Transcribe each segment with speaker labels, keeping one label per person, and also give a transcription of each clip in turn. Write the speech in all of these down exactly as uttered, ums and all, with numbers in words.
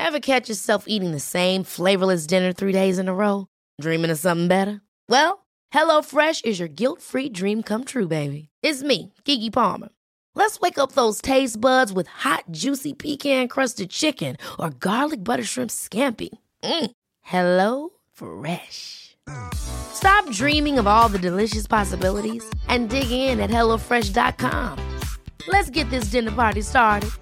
Speaker 1: Ever catch yourself eating the same flavorless dinner three days in a row? Dreaming of something better? Well, HelloFresh is your guilt-free dream come true, baby. It's me, Keke Palmer. Let's wake up those taste buds with hot, juicy pecan-crusted chicken or garlic butter shrimp scampi. Mm. Hello Fresh. Stop dreaming of all the delicious possibilities and dig in at hello fresh dot com. Let's get this dinner party started.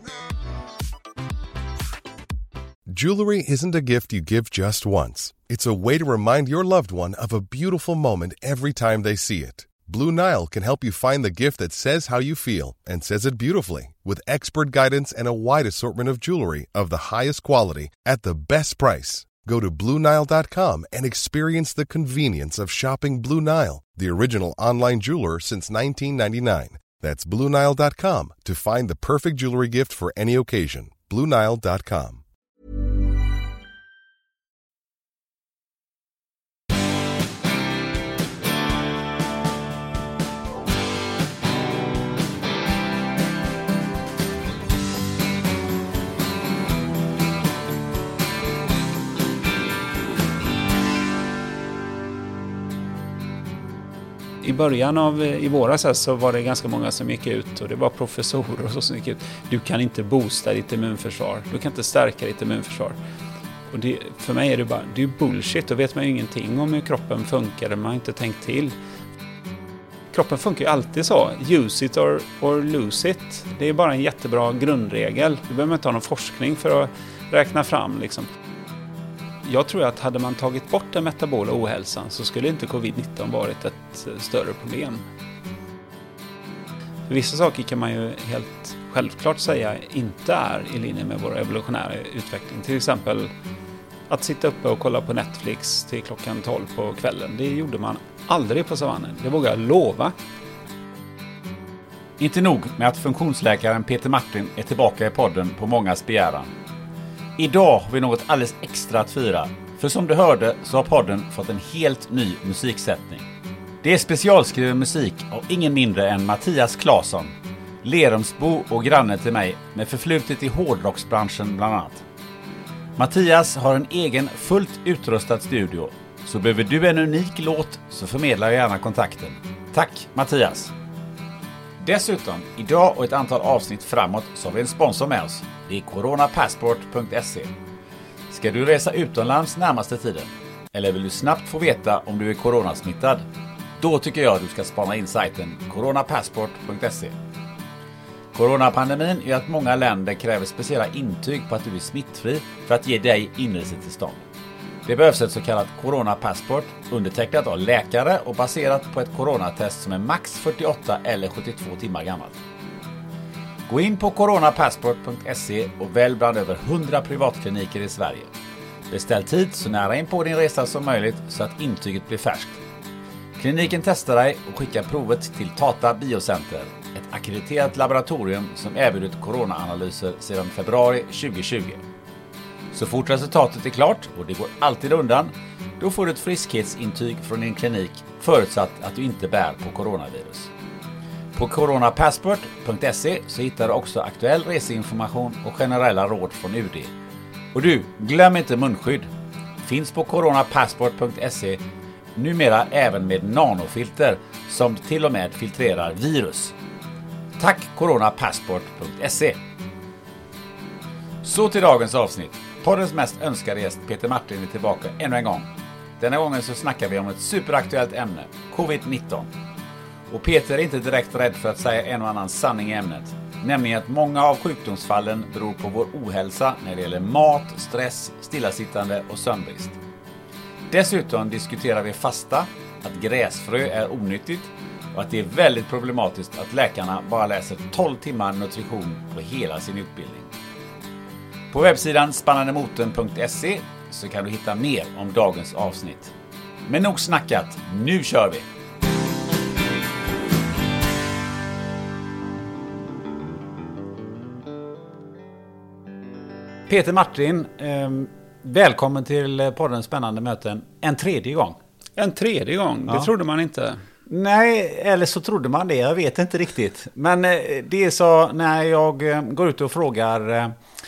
Speaker 2: Jewelry isn't a gift you give just once. It's a way to remind your loved one of a beautiful moment every time they see it. Blue Nile can help you find the gift that says how you feel and says it beautifully, with expert guidance and a wide assortment of jewelry of the highest quality at the best price. Go to blue nile dot com and experience the convenience of shopping Blue Nile, the original online jeweler since nineteen ninety-nine. That's blue nile dot com to find the perfect jewelry gift for any occasion. blue nile dot com.
Speaker 3: I början av i våras här så var det ganska många som gick ut, och det var professorer och så som gick ut. Du kan inte boosta ditt immunförsvar. Du kan inte stärka ditt immunförsvar. Och det, för mig är det bara, det är bullshit. Då vet man ju ingenting om hur kroppen funkar. Man har inte tänkt till. Kroppen funkar ju alltid så. Use it or, or lose it. Det är bara en jättebra grundregel. Du behöver inte ha någon forskning för att räkna fram liksom. Jag tror att hade man tagit bort den metabola ohälsan så skulle inte covid nitton varit ett större problem. För vissa saker kan man ju helt självklart säga inte är i linje med vår evolutionära utveckling. Till exempel att sitta uppe och kolla på Netflix till klockan tolv på kvällen. Det gjorde man aldrig på savannen. Det vågar jag lova.
Speaker 4: Inte nog med att funktionsläkaren Peter Martin är tillbaka i podden på mångas begäran. Idag har vi något alldeles extra att fira, för som du hörde så har podden fått en helt ny musiksättning. Det är specialskriven musik av ingen mindre än Mattias Claesson, Lerumsbo och granne till mig med förflutet i hårdrocksbranschen bland annat. Mattias har en egen fullt utrustad studio, så behöver du en unik låt så förmedlar jag gärna kontakten. Tack Mattias! Dessutom, idag och ett antal avsnitt framåt så har vi en sponsor med oss. Det är coronapassport punkt se. Ska du resa utomlands närmaste tiden? Eller vill du snabbt få veta om du är coronasmittad? Då tycker jag att du ska spana in sajten coronapassport punkt se. Coronapandemin är att många länder kräver speciella intyg på att du är smittfri för att ge dig inresetillstånd. Det behövs ett så kallat coronapassport undertecknat av läkare och baserat på ett coronatest som är max fyrtioåtta eller sjuttiotvå timmar gammalt. Gå in på coronapassport punkt se och välj bland över hundra privatkliniker i Sverige. Beställ tid så nära in på din resa som möjligt så att intyget blir färskt. Kliniken testar dig och skickar provet till Tata Biocenter, ett akkrediterat laboratorium som erbjudit coronaanalyser sedan februari tjugohundratjugo. Så fort resultatet är klart, och det går alltid undan, då får du ett friskhetsintyg från din klinik förutsatt att du inte bär på coronavirus. På coronapassport punkt se så hittar du också aktuell reseinformation och generella råd från U D. Och du, glöm inte munskydd. Finns på coronapassport punkt se numera även med nanofilter som till och med filtrerar virus. Tack coronapassport punkt se. Så till dagens avsnitt. Poddens mest önskade gäst Peter Martin är tillbaka ännu en gång. Denna gången så snackar vi om ett superaktuellt ämne, covid nitton. Och Peter är inte direkt rädd för att säga en och annan sanning i ämnet. Nämligen att många av sjukdomsfallen beror på vår ohälsa när det gäller mat, stress, stillasittande och sömnbrist. Dessutom diskuterar vi fasta, att gräsfrö är onyttigt och att det är väldigt problematiskt att läkarna bara läser tolv timmar nutrition på hela sin utbildning. På webbsidan spannandemoten punkt se så kan du hitta mer om dagens avsnitt. Men nog snackat, nu kör vi! Peter Martin, eh, välkommen till podden Spännande möten en tredje gång.
Speaker 3: En tredje gång, det
Speaker 4: ja.
Speaker 3: trodde man inte.
Speaker 4: Nej, eller så trodde man det, jag vet inte riktigt. Men eh, det är så när jag eh, går ut och frågar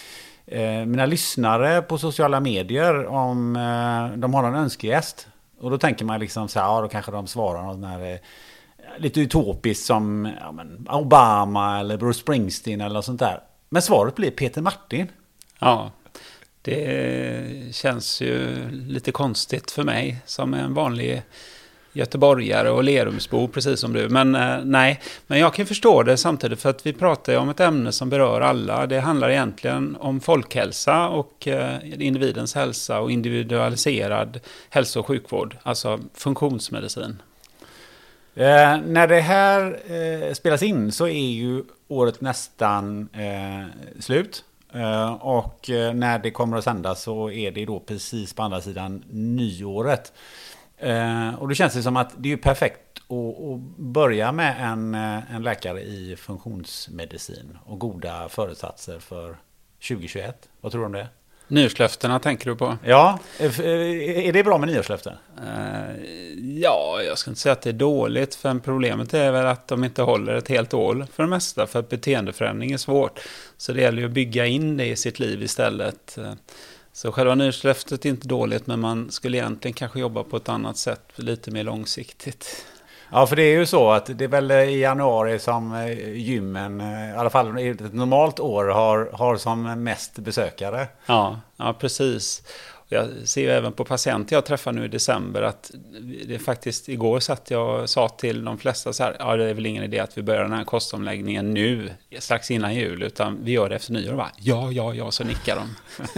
Speaker 4: eh, mina lyssnare på sociala medier om eh, de har en önskegäst. Och då tänker man liksom så här, ja, då kanske de svarar något när eh, lite utopiskt som ja, men Obama eller Bruce Springsteen eller sånt där. Men svaret blir Peter Martin.
Speaker 3: Ja, det känns ju lite konstigt för mig som en vanlig göteborgare och Lerumsbo, precis som du. Men eh, nej, men jag kan förstå det samtidigt för att vi pratar ju om ett ämne som berör alla. Det handlar egentligen om folkhälsa och eh, individens hälsa och individualiserad hälso- och sjukvård, alltså funktionsmedicin.
Speaker 4: Eh, när det här eh, spelas in så är ju året nästan eh, slut. Uh, och uh, när det kommer att sändas så är det då precis på andra sidan nyåret. Uh, och det känns det som att det är perfekt att, att börja med en, en läkare i funktionsmedicin och goda föresatser för tjugohundratjugoett. Vad tror du om det?
Speaker 3: Nyårslöftena tänker du på?
Speaker 4: Ja, är det bra med nyårslöften?
Speaker 3: Uh, ja, jag ska inte säga att det är dåligt, för problemet är väl att de inte håller ett helt år för det mesta, för att beteendeförändring är svårt. Så det gäller ju att bygga in det i sitt liv istället. Så själva nyårslöftet är inte dåligt, men man skulle egentligen kanske jobba på ett annat sätt, lite mer långsiktigt.
Speaker 4: Ja, för det är ju så att det är väl i januari som gymmen, i alla fall i ett normalt år, har, har som mest besökare.
Speaker 3: Ja, ja precis. Jag ser ju även på patienter jag träffar nu i december att det faktiskt, igår satt jag och sa till de flesta så här, ja det är väl ingen idé att vi börjar den här kostomläggningen nu, strax innan jul, utan vi gör det efter nyår. Va? Ja, ja, ja, så nickar de.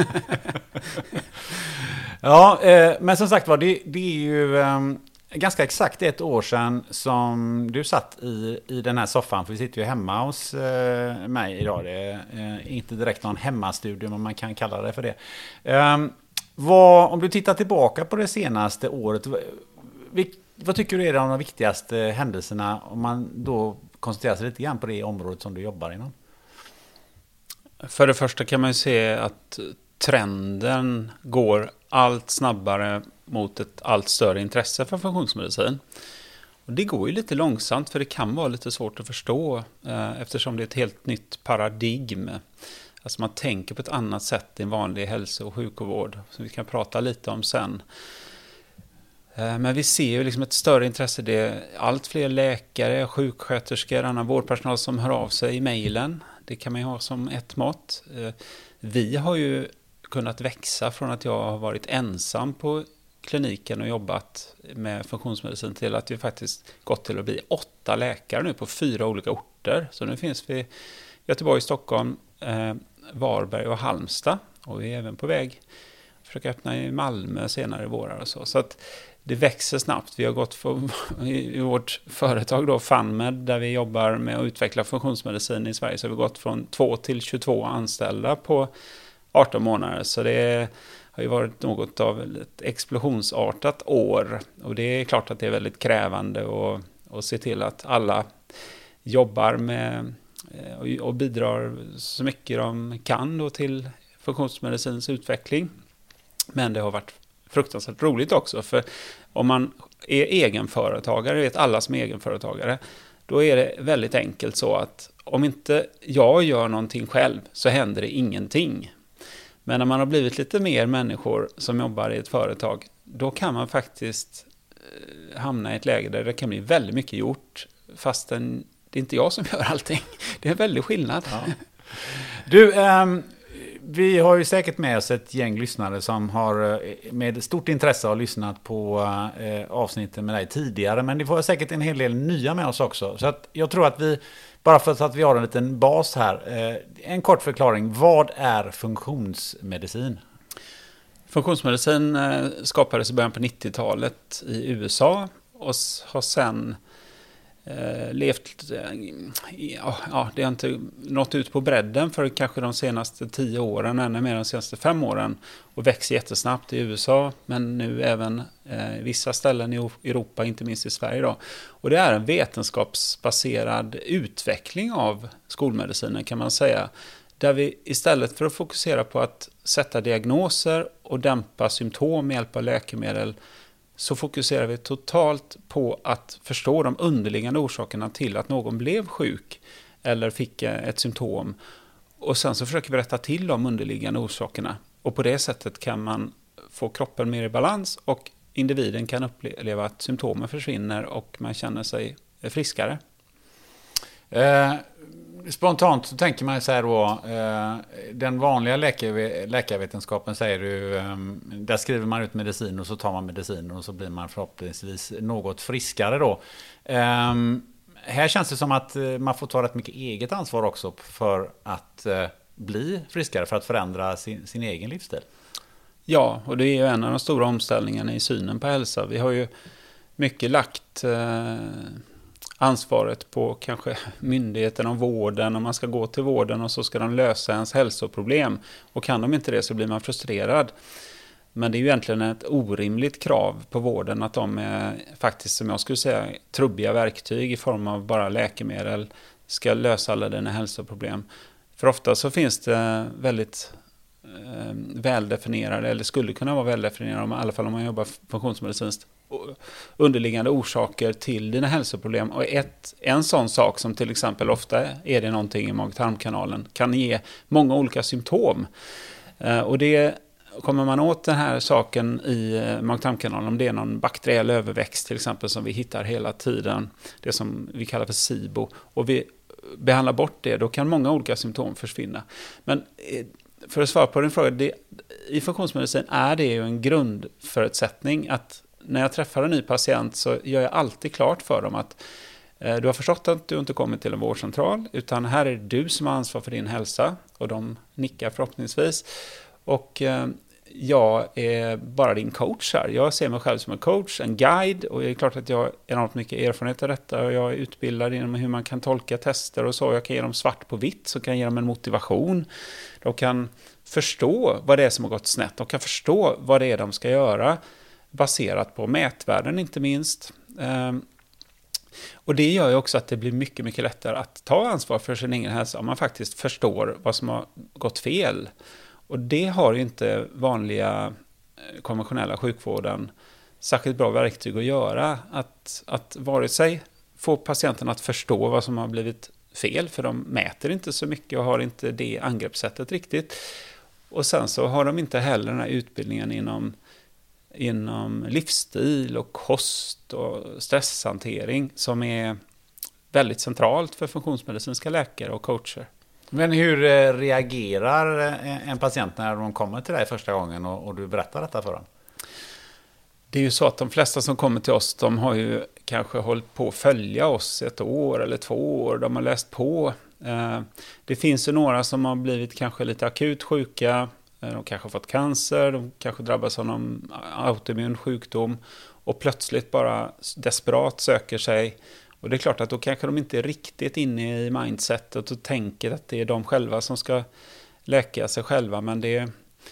Speaker 4: Ja, eh, men som sagt var, det, det är ju eh, ganska exakt ett år sedan som du satt i, i den här soffan, för vi sitter ju hemma hos eh, mig idag. Det är eh, inte direkt någon hemmastudio, men man kan kalla det för det. Eh, vad, om du tittar tillbaka på det senaste året, vad, vad tycker du är de viktigaste händelserna om man då koncentrerar sig lite grann på det området som du jobbar inom?
Speaker 3: För det första kan man ju se att trenden går allt snabbare mot ett allt större intresse för funktionsmedicin. Och det går ju lite långsamt, för det kan vara lite svårt att förstå eh, eftersom det är ett helt nytt paradigm. Alltså man tänker på ett annat sätt i en vanlig hälso- och sjukvård, som vi kan prata lite om sen. Eh, men vi ser ju liksom ett större intresse. Det är allt fler läkare, sjuksköterskor, annan vårdpersonal som hör av sig i mejlen. Det kan man ju ha som ett mått. Eh, vi har ju kunnat växa från att jag har varit ensam på kliniken och jobbat med funktionsmedicin till att vi faktiskt gått till att bli åtta läkare nu på fyra olika orter. Så nu finns vi i Göteborg, Stockholm, eh, Varberg och Halmstad. Och vi är även på väg att försöka öppna i Malmö senare i vårar och så. Så att det växer snabbt. Vi har gått för, i vårt företag då, FunMed, där vi jobbar med att utveckla funktionsmedicin i Sverige, så har vi gått från två till tjugotvå anställda på arton månader. Så det har ju varit något av ett explosionsartat år. Och det är klart att det är väldigt krävande att, att se till att alla jobbar med och bidrar så mycket de kan då till funktionsmedicins utveckling. Men det har varit fruktansvärt roligt också, för om man är egenföretagare, vet alla som är egenföretagare, då är det väldigt enkelt så att om inte jag gör någonting själv så händer det ingenting. Men när man har blivit lite mer människor som jobbar i ett företag, då kan man faktiskt hamna i ett läge där det kan bli väldigt mycket gjort, fastän det är inte jag som gör allting. Det är en väldig skillnad. Ja.
Speaker 4: Du, ähm, vi har ju säkert med oss ett gäng lyssnare som har med stort intresse har lyssnat på äh, avsnitten med dig tidigare, men det får säkert en hel del nya med oss också. Så att jag tror att vi, bara för att vi har en liten bas här, äh, en kort förklaring. Vad är funktionsmedicin?
Speaker 3: Funktionsmedicin äh, skapades i början på nittiotalet i U S A och har sen Eh, levt, eh, ja, ja, det har inte nått ut på bredden för kanske de senaste tio åren, ännu mer de senaste fem åren, och växer jättesnabbt i U S A, men nu även eh, vissa ställen i Europa, inte minst i Sverige då. Och det är en vetenskapsbaserad utveckling av skolmedicinen, kan man säga, där vi istället för att fokusera på att sätta diagnoser och dämpa symptom med hjälp av läkemedel, så fokuserar vi totalt på att förstå de underliggande orsakerna till att någon blev sjuk eller fick ett symptom. och sen så försöker vi rätta till de underliggande orsakerna. Och på det sättet kan man få kroppen mer i balans och individen kan uppleva att symptomen försvinner och man känner sig friskare.
Speaker 4: Eh, spontant så tänker man så här då, eh, den vanliga läkar, läkarvetenskapen säger du, eh, där skriver man ut medicin och så tar man medicin och så blir man förhoppningsvis något friskare då. Eh, här känns det som att man får ta rätt mycket eget ansvar också för att eh, bli friskare, för att förändra sin, sin egen livsstil.
Speaker 3: Ja, och det är ju en av de stora omställningarna i synen på hälsa. Vi har ju mycket lagt eh, ansvaret på kanske myndigheten och vården, om man ska gå till vården och så ska de lösa ens hälsoproblem. Och kan de inte det så blir man frustrerad. Men det är ju egentligen ett orimligt krav på vården att de är faktiskt, som jag skulle säga, trubbiga verktyg i form av bara läkemedel ska lösa alla dina hälsoproblem. För ofta så finns det väldigt eh, väldefinierade, eller skulle kunna vara väldefinierade, i alla fall om man jobbar funktionsmedicinskt, underliggande orsaker till dina hälsoproblem. Och ett, en sån sak som till exempel ofta är det någonting i mag-tarmkanalen kan ge många olika symptom. Eh, och det kommer man åt den här saken i mag-tarmkanalen, om det är någon bakteriell överväxt till exempel som vi hittar hela tiden, det som vi kallar för SIBO, och vi behandlar bort det, då kan många olika symptom försvinna. Men för att svara på din fråga, det, i funktionsmedicin är det ju en grundförutsättning att när jag träffar en ny patient så gör jag alltid klart för dem att eh, du har förstått att du inte kommer till en vårdcentral, utan här är det du som har ansvar för din hälsa, och de nickar förhoppningsvis. Och eh, jag är bara din coach här. Jag ser mig själv som en coach, en guide, och det är klart att jag har enormt mycket erfarenhet av detta och jag är utbildad inom hur man kan tolka tester och så. Jag kan ge dem svart på vitt, så kan jag ge dem en motivation. De kan förstå vad det är som har gått snett. De kan förstå vad det är de ska göra baserat på mätvärden inte minst. Um, och det gör ju också att det blir mycket, mycket lättare att ta ansvar för sin egen hälsa om man faktiskt förstår vad som har gått fel. Och det har ju inte vanliga konventionella sjukvården särskilt bra verktyg att göra. Att, att vare sig få patienten att förstå vad som har blivit fel, för de mäter inte så mycket och har inte det angreppssättet riktigt. Och sen så har de inte heller den här utbildningen inom, inom livsstil och kost och stresshantering som är väldigt centralt för funktionsmedicinska läkare och coacher.
Speaker 4: Men hur reagerar en patient när de kommer till dig första gången och, och du berättar detta för dem?
Speaker 3: Det är ju så att de flesta som kommer till oss, de har ju kanske hållit på att följa oss ett år eller två år. De har läst på. Det finns ju några som har blivit kanske lite akut sjuka. De kanske har fått cancer, de kanske drabbas av någon autoimmun sjukdom och plötsligt bara desperat söker sig. Och det är klart att då kanske de inte är riktigt inne i mindsetet och tänker att det är de själva som ska läka sig själva. Men det,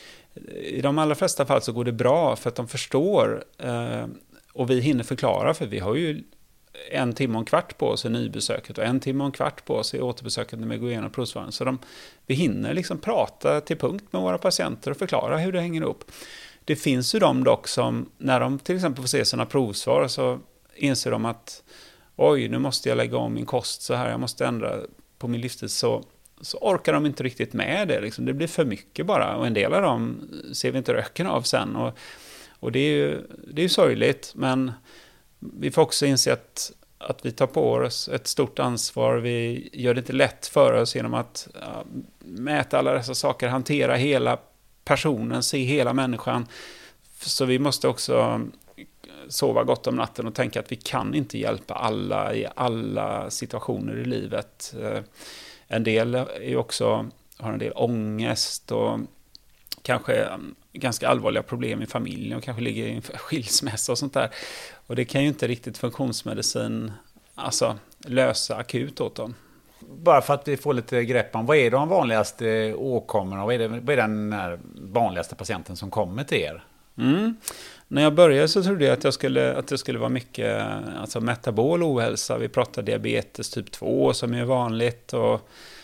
Speaker 3: i de allra flesta fall så går det bra för att de förstår eh, och vi hinner förklara, för vi har ju en timme och en kvart på oss i nybesöket och en timme och en kvart på oss i återbesöket när vi går igenom provsvaren. Så de, vi hinner liksom prata till punkt med våra patienter och förklara hur det hänger upp. Det finns ju de dock som, när de till exempel får se sina provsvar, så inser de att oj, nu måste jag lägga om min kost så här, jag måste ändra på min livsstil, så, så orkar de inte riktigt med det. Liksom. Det blir för mycket bara, och en del av dem ser vi inte röken av sen. Och, och det är ju det är ju sorgligt, men vi får också inse att, att vi tar på oss ett stort ansvar. Vi gör det inte lätt för oss genom att ja, mäta alla dessa saker, hantera hela personen, se hela människan. Så vi måste också sova gott om natten och tänka att vi kan inte hjälpa alla i alla situationer i livet. En del är också, har en del ångest och kanske ganska allvarliga problem i familjen och kanske ligger i en skilsmässa och sånt där. Och det kan ju inte riktigt funktionsmedicin alltså lösa akut åt dem.
Speaker 4: Bara för att vi får lite grepp om, vad är de vanligaste åkommorna? Vad är, det, vad är den här vanligaste patienten som kommer till er?
Speaker 3: Mm. När jag började så trodde jag att, jag skulle, att det skulle vara mycket alltså metabol ohälsa. Vi pratade diabetes typ två som är vanligt och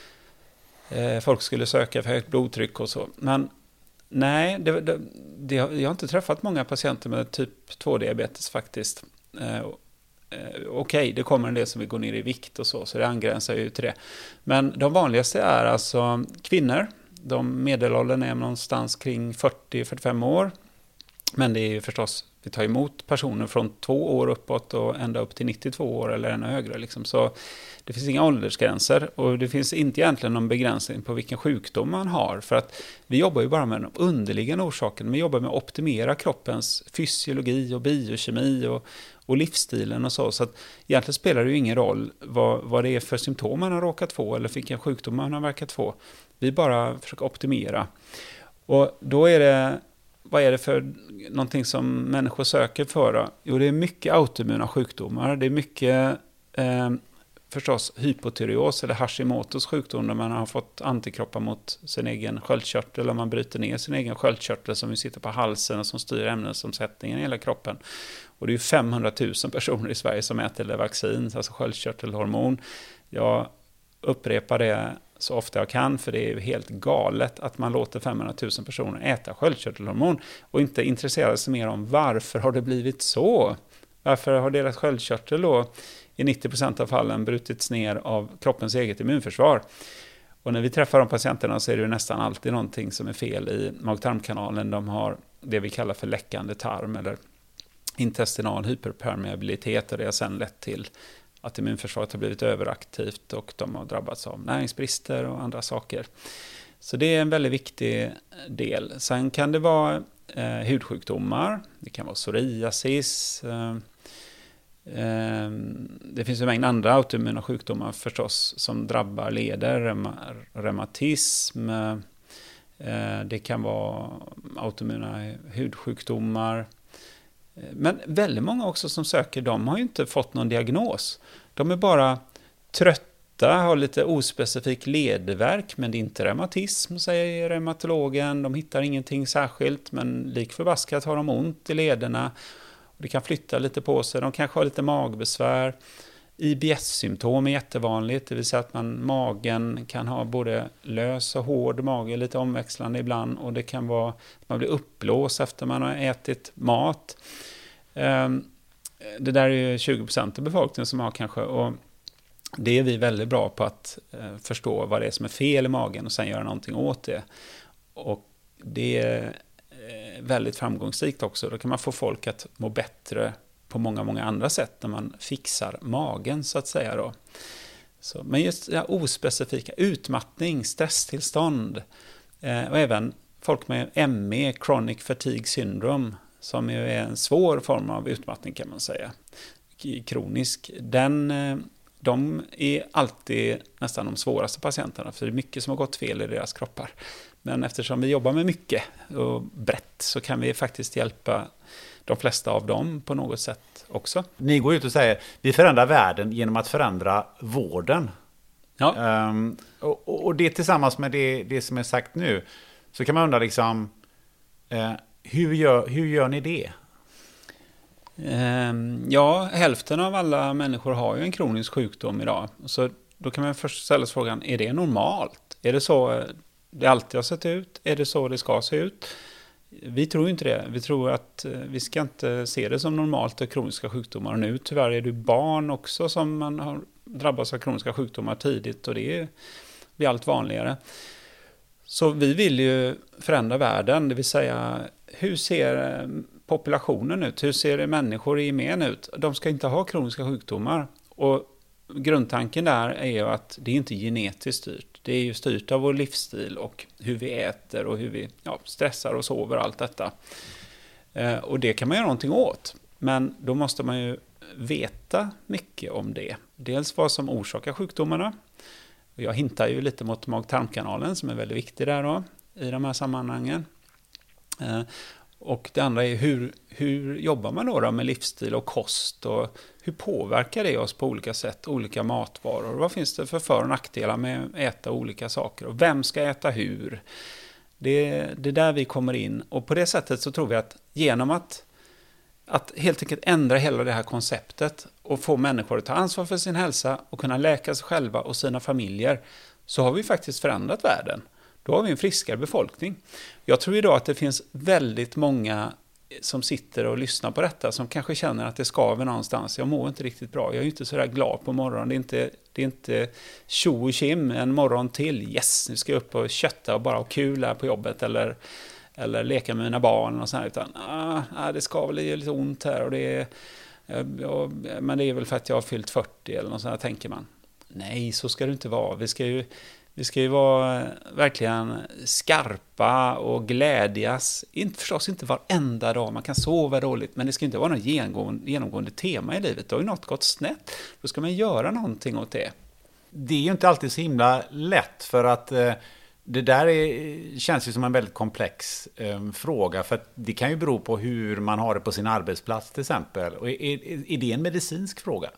Speaker 3: eh, folk skulle söka för högt blodtryck och så. Men nej, det, det, det, jag har inte träffat många patienter med typ två diabetes faktiskt. Eh, Okej, okay, det kommer en del som vill gå ner i vikt och så, så det angränsar ju till det. Men de vanligaste är alltså kvinnor. De medelåldern är någonstans kring fyrtio till fyrtiofem år. Men det är ju förstås, vi tar emot personer från två år uppåt och ända upp till nittiotvå år eller ännu högre. Liksom. Så det finns inga åldersgränser och det finns inte egentligen någon begränsning på vilken sjukdom man har. För att vi jobbar ju bara med de underliggande orsaken. Vi jobbar med att optimera kroppens fysiologi och biokemi och, och livsstilen och så. Så att egentligen spelar det ju ingen roll vad, vad det är för symptom man har råkat få eller vilken sjukdom man har verkat få. Vi bara försöker optimera. Och då är det... Vad är det för någonting som människor söker för då? Jo, det är mycket autoimmuna sjukdomar. Det är mycket eh, förstås hypotyreos eller Hashimotos sjukdom där man har fått antikroppar mot sin egen sköldkörtel och man bryter ner sin egen sköldkörtel som sitter på halsen och som styr ämnesomsättningen i hela kroppen. Och det är ju femhundratusen personer i Sverige som äter Levaxin, alltså sköldkörtelhormon. Jag upprepar det så ofta jag kan, för det är ju helt galet att man låter femhundratusen personer äta sköldkörtelhormon och inte intresserar sig mer om varför har det blivit så. Varför har deras sköldkörtel då i nittio procent av fallen brutits ner av kroppens eget immunförsvar. Och när vi träffar de patienterna så är det ju nästan alltid någonting som är fel i mag-tarmkanalen. De har det vi kallar för läckande tarm eller intestinal hyperpermeabilitet och det har sedan lett till att immunförsvaret har blivit överaktivt och de har drabbats av näringsbrister och andra saker. Så det är en väldigt viktig del. Sen kan det vara eh, hudsjukdomar, det kan vara psoriasis, eh, eh, det finns en mängd andra autoimmuna sjukdomar förstås som drabbar leder, reuma- reumatism, eh, det kan vara autoimmuna hudsjukdomar. Men väldigt många också som söker, de har ju inte fått någon diagnos. De är bara trötta, har lite ospecifik ledvärk, men det är inte reumatism, säger reumatologen. De hittar ingenting särskilt, men lik förbaskat har de ont i lederna. Och det kan flytta lite på sig, de kanske har lite magbesvär. I B S-symptom är jättevanligt, det vill säga att man, magen kan ha både lös och hård mage, lite omväxlande ibland. Och det kan vara att man blir uppblåst efter man har ätit mat. Det där är ju tjugo procent av befolkningen som har kanske, och det är vi väldigt bra på att förstå vad det är som är fel i magen och sen göra någonting åt det. Och det är väldigt framgångsrikt också. Då kan man få folk att må bättre på många, många andra sätt när man fixar magen så att säga då. Så, men just ja, ospecifika utmattning, stresstillstånd eh, och även folk med M E, chronic fatigue syndrome, som är en svår form av utmattning kan man säga. Kronisk, den, eh, de är alltid nästan de svåraste patienterna för det är mycket som har gått fel i deras kroppar. Men eftersom vi jobbar med mycket och brett så kan vi faktiskt hjälpa de flesta av dem på något sätt också.
Speaker 4: Ni går ut och säger vi förändrar världen genom att förändra vården.
Speaker 3: Ja.
Speaker 4: Um, och, och det tillsammans med det, det som är sagt nu så kan man undra liksom uh, hur, gör, hur gör ni det?
Speaker 3: Um, ja, hälften av alla människor har ju en kronisk sjukdom idag. Så då kan man först ställa sig frågan, är det normalt? Är det så det alltid har sett ut? Är det så det ska se ut? Vi tror inte det. Vi tror att vi ska inte se det som normalt och kroniska sjukdomar. Och nu tyvärr är det barn också som man har drabbats av kroniska sjukdomar tidigt och det blir allt vanligare. Så vi vill ju förändra världen, det vill säga hur ser populationen ut? Hur ser människor i gemen ut? De ska inte ha kroniska sjukdomar. Och grundtanken där är ju att det är inte genetiskt styrt. Det är ju styrt av vår livsstil och hur vi äter och hur vi ja, stressar och sover och allt detta. Eh, och det kan man göra någonting åt. Men då måste man ju veta mycket om det. Dels vad som orsakar sjukdomarna. Jag hintar ju lite mot mag-tarmkanalen som är väldigt viktig där då, i de här sammanhangen. Eh, och det andra är hur, hur jobbar man då, då med livsstil och kost och hur påverkar det oss på olika sätt, olika matvaror? Vad finns det för för- och nackdelar med att äta olika saker? Och vem ska äta hur? Det, det är där vi kommer in. Och på det sättet så tror vi att genom att, att helt enkelt ändra hela det här konceptet och få människor att ta ansvar för sin hälsa och kunna läka sig själva och sina familjer, så har vi faktiskt förändrat världen. Då har vi en friskare befolkning. Jag tror idag att det finns väldigt många som sitter och lyssnar på detta, som kanske känner att det skaver någonstans. Jag mår inte riktigt bra, jag är inte så där glad på morgonen. Det är inte, det är inte tjo och kim en morgon till. Yes, nu ska jag upp och kötta och bara ha kul här på jobbet, eller, eller leka med mina barn och så här, utan ah, det skaver lite ont här, och det är, ja, men det är väl för att jag har fyllt fyrtio eller något sånt här, tänker man. Nej, så ska det inte vara. Vi ska ju Vi ska ju vara verkligen skarpa och glädjas. Inte, förstås inte varenda dag. Man kan sova dåligt. Men det ska inte vara något genomgående, genomgående tema i livet. Då har ju något gått snett. Då ska man göra någonting åt det.
Speaker 4: Det är ju inte alltid så himla lätt. För att eh, det där är, känns ju som en väldigt komplex eh, fråga. För att det kan ju bero på hur man har det på sin arbetsplats till exempel. Och är, är, är det en medicinsk fråga?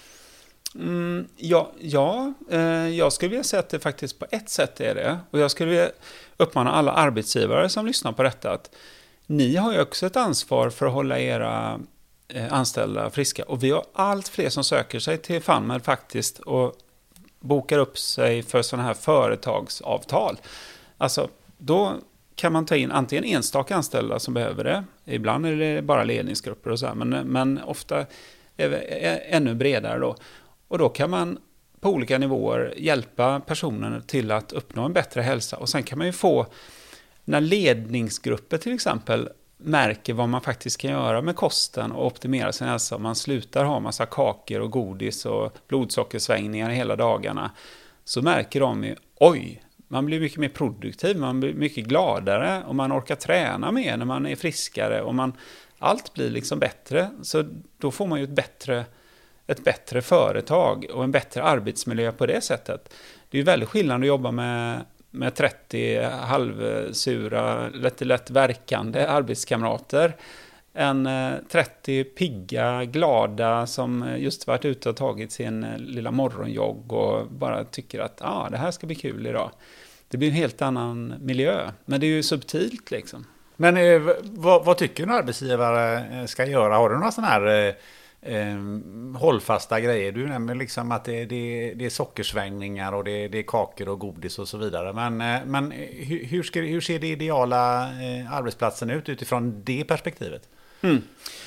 Speaker 3: Mm, ja, ja eh, jag skulle vilja säga att det faktiskt på ett sätt är det. Och jag skulle vilja uppmana alla arbetsgivare som lyssnar på detta att ni har ju också ett ansvar för att hålla era eh, anställda friska. Och vi har allt fler som söker sig till FunMed faktiskt och bokar upp sig för sådana här företagsavtal. Alltså, då kan man ta in antingen enstaka anställda som behöver det. Ibland är det bara ledningsgrupper och så här, men, men ofta är det ännu bredare då. Och då kan man på olika nivåer hjälpa personen till att uppnå en bättre hälsa. Och sen kan man ju få, när ledningsgrupper till exempel märker vad man faktiskt kan göra med kosten och optimera sin hälsa. Man slutar ha massa kakor och godis och blodsockersvängningar hela dagarna. Så märker de ju, oj, man blir mycket mer produktiv, man blir mycket gladare och man orkar träna mer när man är friskare. Och man, allt blir liksom bättre, så då får man ju ett bättre... ett bättre företag och en bättre arbetsmiljö på det sättet. Det är ju väldigt skillnad att jobba med, med trettio halvsura, lätt lätt verkande arbetskamrater än trettio pigga, glada som just varit ute och tagit sin lilla morgonjogg och bara tycker att ah, det här ska bli kul idag. Det blir en helt annan miljö, men det är ju subtilt liksom.
Speaker 4: Men eh, vad, vad tycker en arbetsgivare ska göra? Har du några sådana här... Eh... Eh, hållfasta grejer? Du nämner liksom att det, det, det är sockersvängningar och det, det är kakor och godis och så vidare. Men, eh, men hur, hur, ska, hur ser det ideala eh, arbetsplatsen ut utifrån det perspektivet?
Speaker 3: Mm.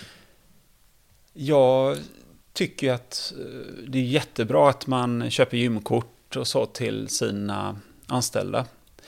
Speaker 3: Jag tycker att det är jättebra att man köper gymkort och så till sina anställda.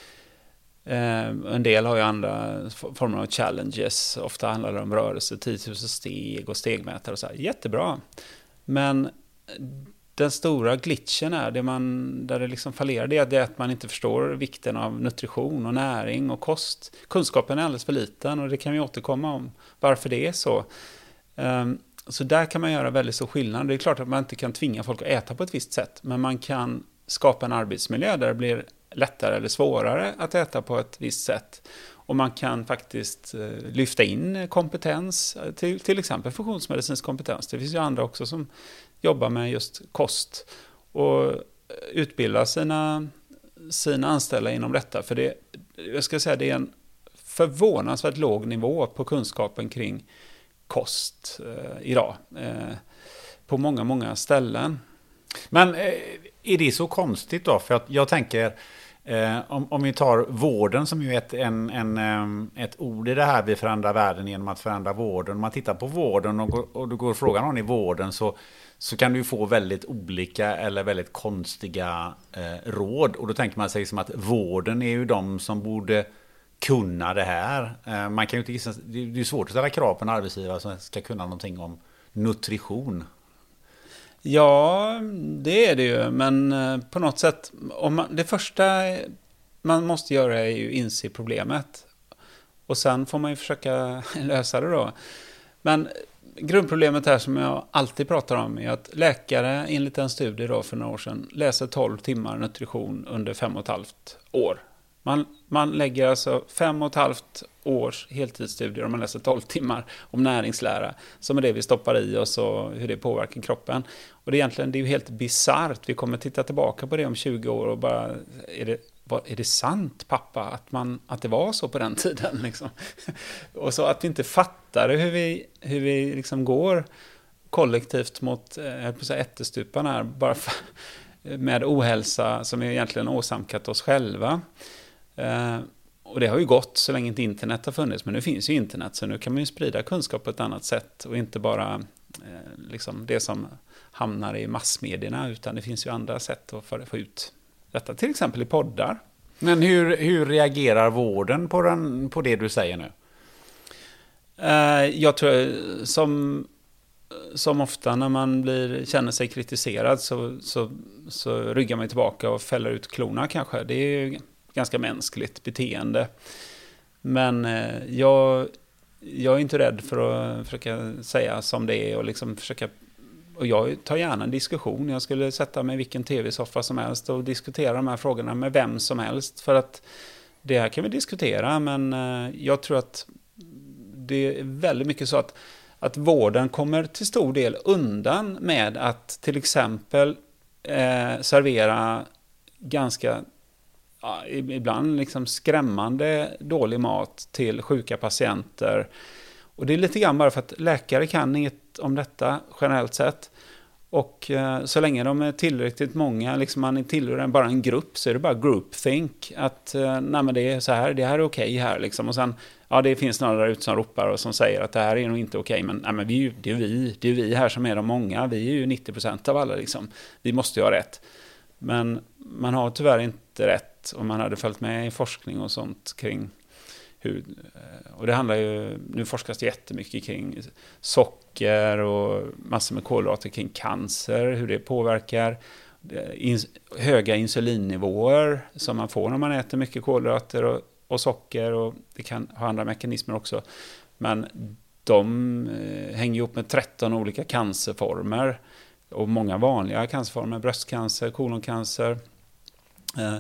Speaker 3: Eh, en del har ju andra former av challenges. Ofta handlar det om rörelse, tio tusen steg och stegmätare och så här. Jättebra. Men den stora glitchen är, det man, där det liksom fallerar, det är, det är att man inte förstår vikten av nutrition och näring och kost. Kunskapen är alldeles för liten och det kan vi återkomma om varför det är så. Eh, så där kan man göra väldigt stor skillnad. Det är klart att man inte kan tvinga folk att äta på ett visst sätt, men man kan skapa en arbetsmiljö där det blir lättare eller svårare att äta på ett visst sätt. Och man kan faktiskt lyfta in kompetens, till, till exempel funktionsmedicinsk kompetens. Det finns ju andra också som jobbar med just kost och utbilda sina, sina anställda inom detta. För det, jag ska säga, det är en förvånansvärt låg nivå på kunskapen kring kost eh, idag. Eh, på många, många ställen.
Speaker 4: Men eh, är det så konstigt då? För att jag tänker, eh, om, om vi tar vården som ju är ett, en, en, ett ord i det här, vi förändrar världen genom att förändra vården. Om man tittar på vården och, går, och du går frågan om i vården så, så kan du få väldigt olika eller väldigt konstiga eh, råd. Och då tänker man sig som att vården är ju de som borde kunna det här. Eh, man kan ju inte gissa, det är svårt att ställa krav på en arbetsgivare som ska kunna någonting om nutrition.
Speaker 3: Ja, det är det ju, men på något sätt, om man, det första man måste göra är ju inse problemet. Och sen får man ju försöka lösa det då. Men grundproblemet här som jag alltid pratar om är att läkare, enligt en studie då för några år sedan, läser tolv timmar nutrition under fem och ett halvt år. Man, man lägger alltså fem och ett halvt års heltidsstudier om man läser tolv timmar om näringslära, som är det vi stoppar i oss och hur det påverkar kroppen. Och det är egentligen, det är ju helt bizarrt. Vi kommer titta tillbaka på det om tjugo år och bara, är det, är det sant pappa att, man, att det var så på den tiden? Liksom? Och så att vi inte fattar hur vi, hur vi liksom går kollektivt mot ättestupan här, bara för, med ohälsa som är egentligen åsamkat oss själva. och det har ju gått så länge inte internet har funnits, men nu finns ju internet, så nu kan man ju sprida kunskap på ett annat sätt och inte bara eh, liksom det som hamnar i massmedierna, utan det finns ju andra sätt att få, få ut detta, till exempel i poddar.
Speaker 4: Men hur, hur reagerar vården på, den, på det du säger nu?
Speaker 3: Eh, jag tror som, som ofta när man blir, känner sig kritiserad så, så, så ryggar man tillbaka och fäller ut klorna kanske. Det är ju ganska mänskligt beteende. Men eh, jag, jag är inte rädd för att försöka säga som det är och liksom försöka. Och jag tar gärna en diskussion. Jag skulle sätta mig i vilken tv-soffa som helst och diskutera de här frågorna med vem som helst. För att det här kan vi diskutera, men jag tror att det är väldigt mycket så att, att vården kommer till stor del undan med att till exempel eh, servera ganska, ja, ibland liksom skrämmande dålig mat till sjuka patienter. Och det är lite grann bara för att läkare kan inget om detta generellt sett. Och eh, så länge de är tillräckligt många, liksom man tillhör bara en grupp, så är det bara groupthink. Att eh, nej men det är så här, det här är okej här liksom. Och sen, ja det finns några där ute som ropar och som säger att det här är nog inte okej. Men, nej, men vi, det är vi, det är vi här som är de många. Vi är ju nittio procent av alla liksom. Vi måste ju ha rätt. Men man har tyvärr inte rätt, om man hade följt med i forskning och sånt kring hur, och det handlar ju, nu forskas det jättemycket kring socker och massor med kolhydrater kring cancer, hur det påverkar, ins, höga insulinnivåer som man får när man äter mycket kolhydrater och, och socker, och det kan ha andra mekanismer också, men de eh, hänger ihop med tretton olika cancerformer och många vanliga cancerformer, bröstcancer, koloncancer. eh,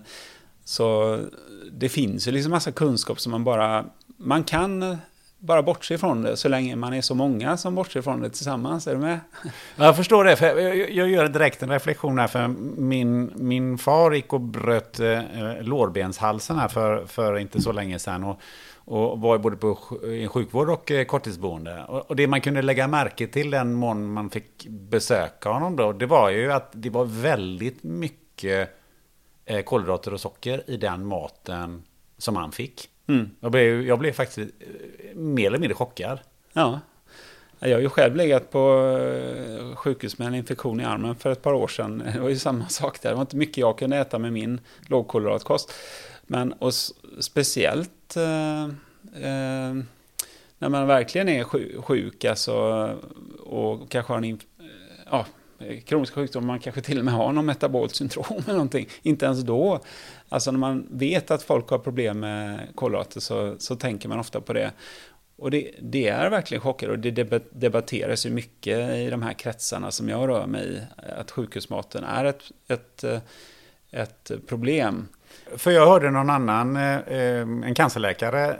Speaker 3: Så det finns ju liksom massa kunskap som man bara, man kan bara bortse ifrån det så länge man är så många som bortser ifrån det tillsammans. Är du med?
Speaker 4: Jag förstår det, för jag, jag gör direkt en reflektion här, för min, min far gick och bröt eh, lårbenshalsen här för, för inte så länge sedan och, och var både på i sjukvård och eh, korttidsboende. Och, och det man kunde lägga märke till den mån man fick besöka honom då, det var ju att det var väldigt mycket kolhydrater och socker i den maten som han fick. Mm. Jag, blev, jag blev faktiskt mer eller mindre chockad.
Speaker 3: Ja, jag har ju själv legat på sjukhus med en infektion i armen för ett par år sedan. Det var ju samma sak där. Det var inte mycket jag kunde äta med min lågkolhydratkost. Men och speciellt eh, eh, när man verkligen är sjuk alltså, och kanske har en inf- ja, kroniska sjukdomar, man kanske till och med har någon metabolt syndrom eller någonting. Inte ens då. Alltså när man vet att folk har problem med kolhydrater så, så tänker man ofta på det. Och det, det är verkligen chockande, och det debatteras ju mycket i de här kretsarna som jag rör mig i, att sjukhusmaten är ett, ett, ett problem.
Speaker 4: För jag hörde någon annan, en cancerläkare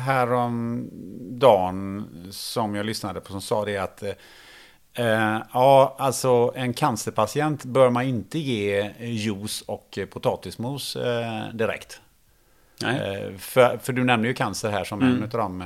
Speaker 4: häromdagen som jag lyssnade på, som sa det att Uh, ja, alltså en cancerpatient bör man inte ge juice och potatismos uh, direkt. Nej. Uh, för, för du nämner ju cancer här som mm. en av de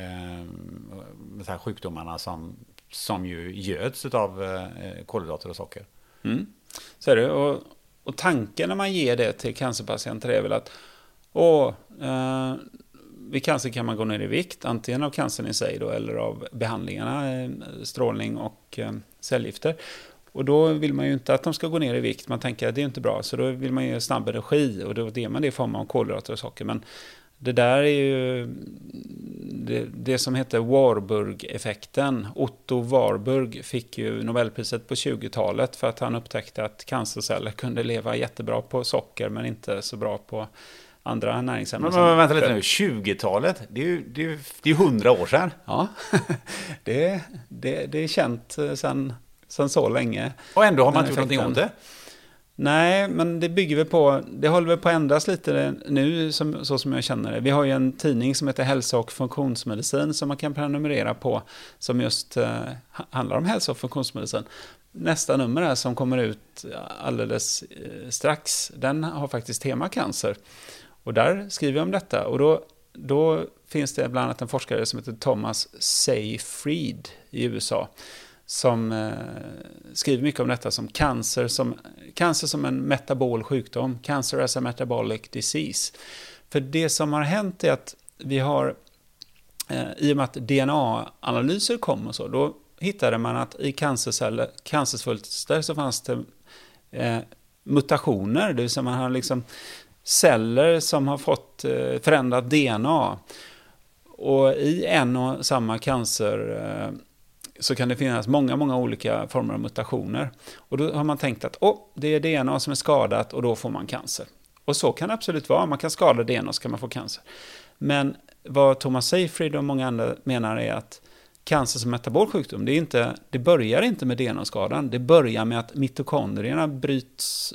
Speaker 4: uh, här sjukdomarna som, som ju göds av uh, kolhydrater och socker.
Speaker 3: Mm. Så är det. Och, och tanken när man ger det till cancerpatienter är väl att åh, uh, vid cancer kan man gå ner i vikt, antingen av cancern i sig då, eller av behandlingarna, strålning och eh, cellgifter. Och då vill man ju inte att de ska gå ner i vikt. Man tänker att det är inte bra, så då vill man ju snabb energi, och då ger man det i form av kolhydrater och socker. Men det där är ju det, det som heter Warburg-effekten. Otto Warburg fick ju Nobelpriset på tjugotalet för att han upptäckte att cancerceller kunde leva jättebra på socker men inte så bra på andra näringsämnen.
Speaker 4: Men, men vänta lite nu, tjugotalet, det är ju det är, det är hundra år sedan.
Speaker 3: Ja, det, det, det är känt sedan, sedan så länge.
Speaker 4: Och ändå har man inte gjort någonting åt det?
Speaker 3: Nej, men det bygger väl på, det håller väl på att ändras lite nu som, så som jag känner det. Vi har ju en tidning som heter Hälsa och funktionsmedicin som man kan prenumerera på, som just eh, handlar om hälsa och funktionsmedicin. Nästa nummer här som kommer ut alldeles eh, strax, den har faktiskt tema cancer. Och där skriver jag om detta, och då, då finns det bland annat en forskare som heter Thomas Seyfried i U S A som eh, skriver mycket om detta som cancer som, cancer som en metabol sjukdom, cancer as a metabolic disease. För det som har hänt är att vi har, eh, i och med att D N A-analyser kom och så, då hittade man att i cancerceller, cancersvulster så fanns det eh, mutationer, det vill säga man har liksom celler som har fått eh, förändrat D N A. Och i en och samma cancer eh, så kan det finnas många, många olika former av mutationer. Och då har man tänkt att oh, det är D N A som är skadat och då får man cancer. Och så kan det absolut vara. Man kan skada D N A så kan man få cancer. Men vad Thomas Seyfried och många andra menar är att cancer som metabol sjukdom, det, är inte, det börjar inte med D N A-skadan. Det börjar med att mitokondrierna bryts,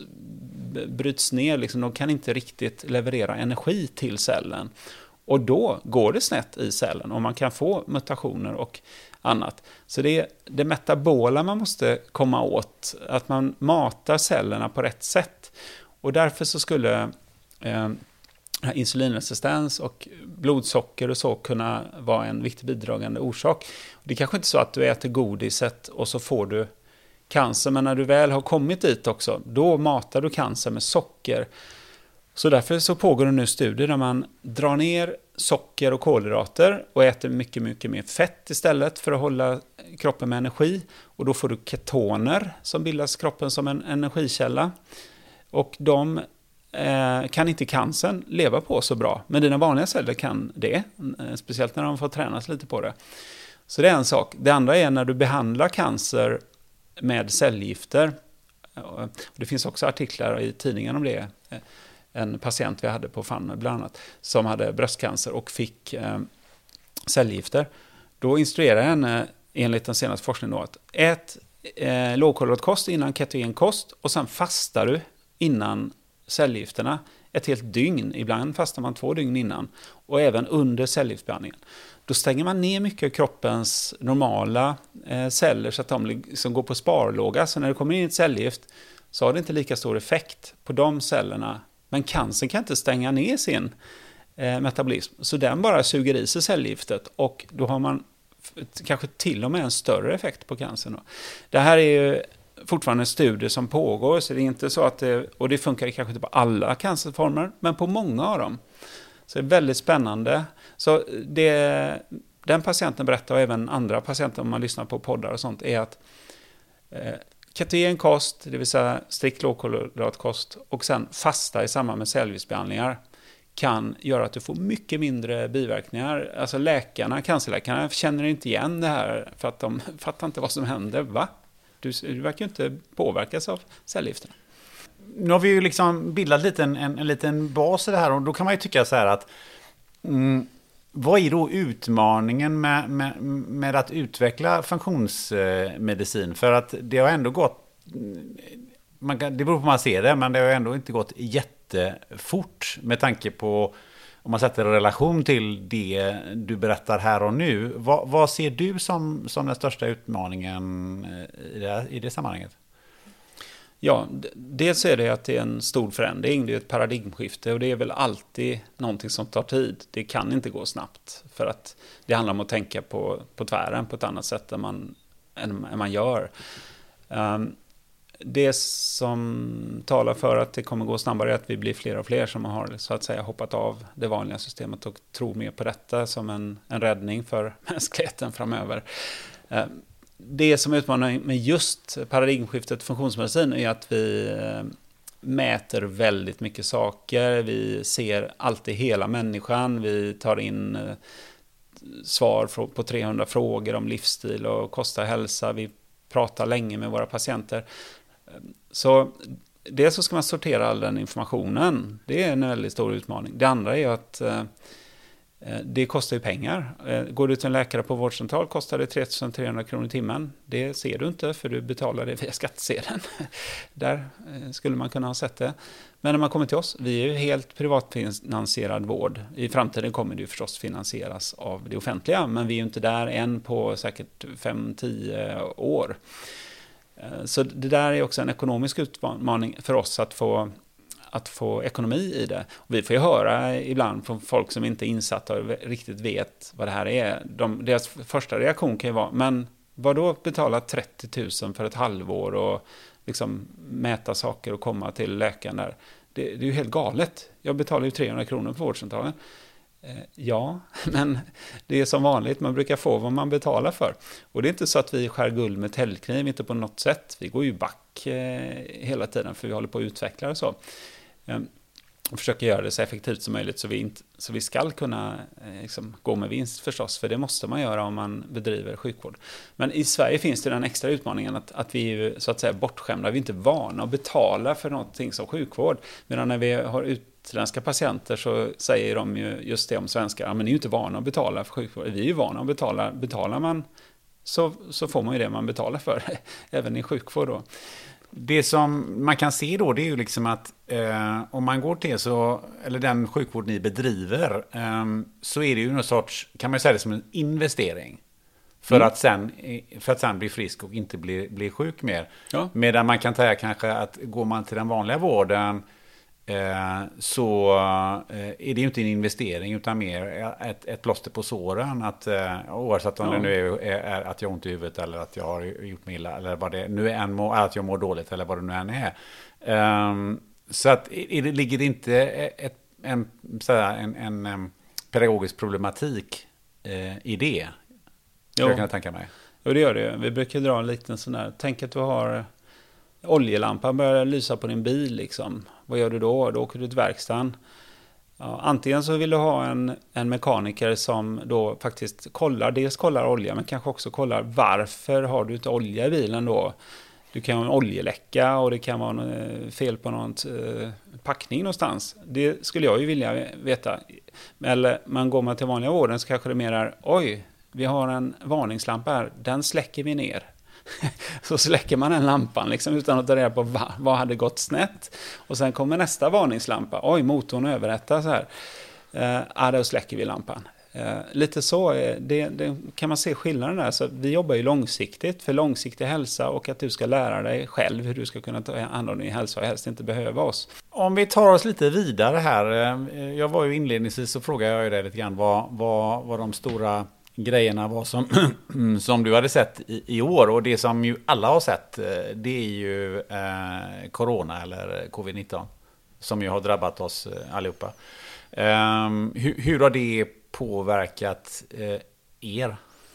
Speaker 3: bryts ner. Liksom, de kan inte riktigt leverera energi till cellen. Och då går det snett i cellen och man kan få mutationer och annat. Så det är det metabola man måste komma åt. Att man matar cellerna på rätt sätt. Och därför så skulle eh, insulinresistens och blodsocker och så kunna vara en viktig bidragande orsak. Det är kanske inte så att du äter godiset och så får du cancer. Men när du väl har kommit dit också, då matar du cancer med socker. Så därför så pågår det nu studier där man drar ner socker och kolhydrater och äter mycket, mycket mer fett istället för att hålla kroppen med energi. Och då får du ketoner som bildas kroppen som en energikälla. Och de eh, kan inte cancern leva på så bra. Men dina vanliga celler kan det, eh, speciellt när de får tränas lite på det. Så det är en sak. Det andra är när du behandlar cancer med cellgifter. Och det finns också artiklar i tidningen om det. En patient vi hade på Fanny bland annat som hade bröstcancer och fick eh, cellgifter. Då instruerade jag henne enligt den senaste forskningen då, att ät eh, lågkolhydratkost innan ketogenkost och sen fastar du innan cellgifterna ett helt dygn. Ibland fastar man två dygn innan och även under cellgiftsbehandlingen. Då stänger man ner mycket av kroppens normala eh, celler så att de liksom går på sparlåga. Så när det kommer in ett cellgift så har det inte lika stor effekt på de cellerna. Men cancern kan inte stänga ner sin eh, metabolism. Så den bara suger i sig cellgiftet. Och då har man f- kanske till och med en större effekt på cancern. Då. Det här är ju fortfarande en studie som pågår. Så det är inte så att det, och det funkar kanske inte på alla cancerformer. Men på många av dem. Så det är väldigt spännande. Så det, den patienten berättar och även andra patienter om man lyssnar på poddar och sånt. Är att eh, ketogen kost, det vill säga strikt lågkolhydratkost och sen fasta i samband med cellgiftsbehandlingar kan göra att du får mycket mindre biverkningar. Alltså läkarna, cancerläkarna känner inte igen det här för att de fattar inte vad som händer. Va? Du, du verkar ju inte påverkas av cellgifterna.
Speaker 4: Nu har vi ju liksom bildat lite en, en, en liten bas i det här och då kan man ju tycka så här att mm, vad är då utmaningen med, med, med att utveckla funktionsmedicin? För att det har ändå gått, man kan, det beror på hur man ser det, men det har ändå inte gått jättefort med tanke på, om man sätter en relation till det du berättar här och nu. Vad, vad ser du som, som den största utmaningen i det, i det sammanhanget?
Speaker 3: Ja, dels är det att det är en stor förändring, det är ett paradigmskifte och det är väl alltid någonting som tar tid. Det kan inte gå snabbt för att det handlar om att tänka på, på tvären på ett annat sätt än man, än, än man gör. Um, det som talar för att det kommer gå snabbare är att vi blir fler och fler som har så att säga hoppat av det vanliga systemet och tror mer på detta som en, en räddning för mänskligheten framöver. Um, Det som utmanar med just paradigmskiftet funktionsmedicin är att vi mäter väldigt mycket saker. Vi ser alltid hela människan. Vi tar in svar på trehundra frågor om livsstil och kost och hälsa. Vi pratar länge med våra patienter. Så dels så ska man sortera all den informationen. Det är en väldigt stor utmaning. Det andra är att det kostar ju pengar. Går du till en läkare på vårdcentral kostar det tre tusen trehundra kronor i timmen. Det ser du inte för du betalar det via skattsedeln. Där skulle man kunna ha sett det. Men när man kommer till oss, vi är ju helt privatfinansierad vård. I framtiden kommer det ju förstås finansieras av det offentliga. Men vi är ju inte där än på säkert fem till tio år. Så det där är också en ekonomisk utmaning för oss att få att få ekonomi i det. Och vi får ju höra ibland från folk som inte är insatta och riktigt vet vad det här är. De, deras första reaktion kan ju vara, men vad då betala trettio tusen för ett halvår och liksom mäta saker och komma till läkaren där? Det, det är ju helt galet. Jag betalar ju trehundra kronor på vårdcentralen. Eh, ja, men det är som vanligt. Man brukar få vad man betalar för. Och det är inte så att vi skär guld med täljkniv, inte på något sätt. Vi går ju back eh, hela tiden för vi håller på att utveckla och så. Eh, och försöker göra det så effektivt som möjligt så vi, inte, så vi ska kunna eh, liksom, gå med vinst förstås. För det måste man göra om man bedriver sjukvård. Men i Sverige finns det den extra utmaningen att, att vi är så att säga bortskämda. Vi är inte vana att betala för någonting som sjukvård. Medan när vi har utländska patienter så säger de ju just det om svenskar. Ja, men ni är ju inte vana att betala för sjukvård. Vi är ju vana att betala. Betalar man så, så får man ju det man betalar för. Även i sjukvård då.
Speaker 4: Det som man kan se då, det är ju liksom att eh, om man går till så, eller den sjukvård ni bedriver, eh, så är det ju någon sorts, kan man säga det som en investering. För, mm. att, sen, för att sen bli frisk och inte bli, bli sjuk mer. Ja. Medan man kan säga kanske att går man till den vanliga vården eh, så eh, är det ju inte en investering utan mer ett, ett plåster på såren. Att, eh, oavsett om ja. det nu är, är, är att jag har ont i huvudet eller att jag har gjort mig illa eller vad det nu är, en, att jag mår dåligt eller vad det nu än är. Um, så att är det, ligger det inte ett, en, sådär, en, en, en pedagogisk problematik eh, i det? Jo. Jag kan tänka mig.
Speaker 3: Jo, det gör det. Vi brukar dra en liten sån där. Tänk att du har oljelampan börjar lysa på din bil. Liksom. Vad gör du då? Då åker du till verkstaden. Ja, antingen så vill du ha en, en mekaniker som då faktiskt kollar, dels kollar olja men kanske också kollar varför har du inte olja i bilen då. Du kan ha en oljeläcka och det kan vara en, fel på någon eh, packning någonstans. Det skulle jag ju vilja veta. Eller man går man till vanliga vården så kanske det mer är, oj, vi har en varningslampa här, den släcker vi ner. Så släcker man en lampan liksom, utan att ta reda på vad, vad hade gått snett. Och sen kommer nästa varningslampa. Oj, motorn överhettar så här. Eh, ja, då släcker vi lampan. Eh, lite så det, det kan man se skillnaden där. Så vi jobbar ju långsiktigt för långsiktig hälsa och att du ska lära dig själv hur du ska kunna ta hand om din hälsa och helst inte behöva oss.
Speaker 4: Om vi tar oss lite vidare här. Jag var ju inledningsvis så frågade jag dig lite grann vad, vad, vad de stora grejerna var som, som du hade sett i, i år. Och det som ju alla har sett, det är ju eh, corona eller covid nitton som ju har drabbat oss allihopa. Eh, hur, hur har det påverkat eh, er?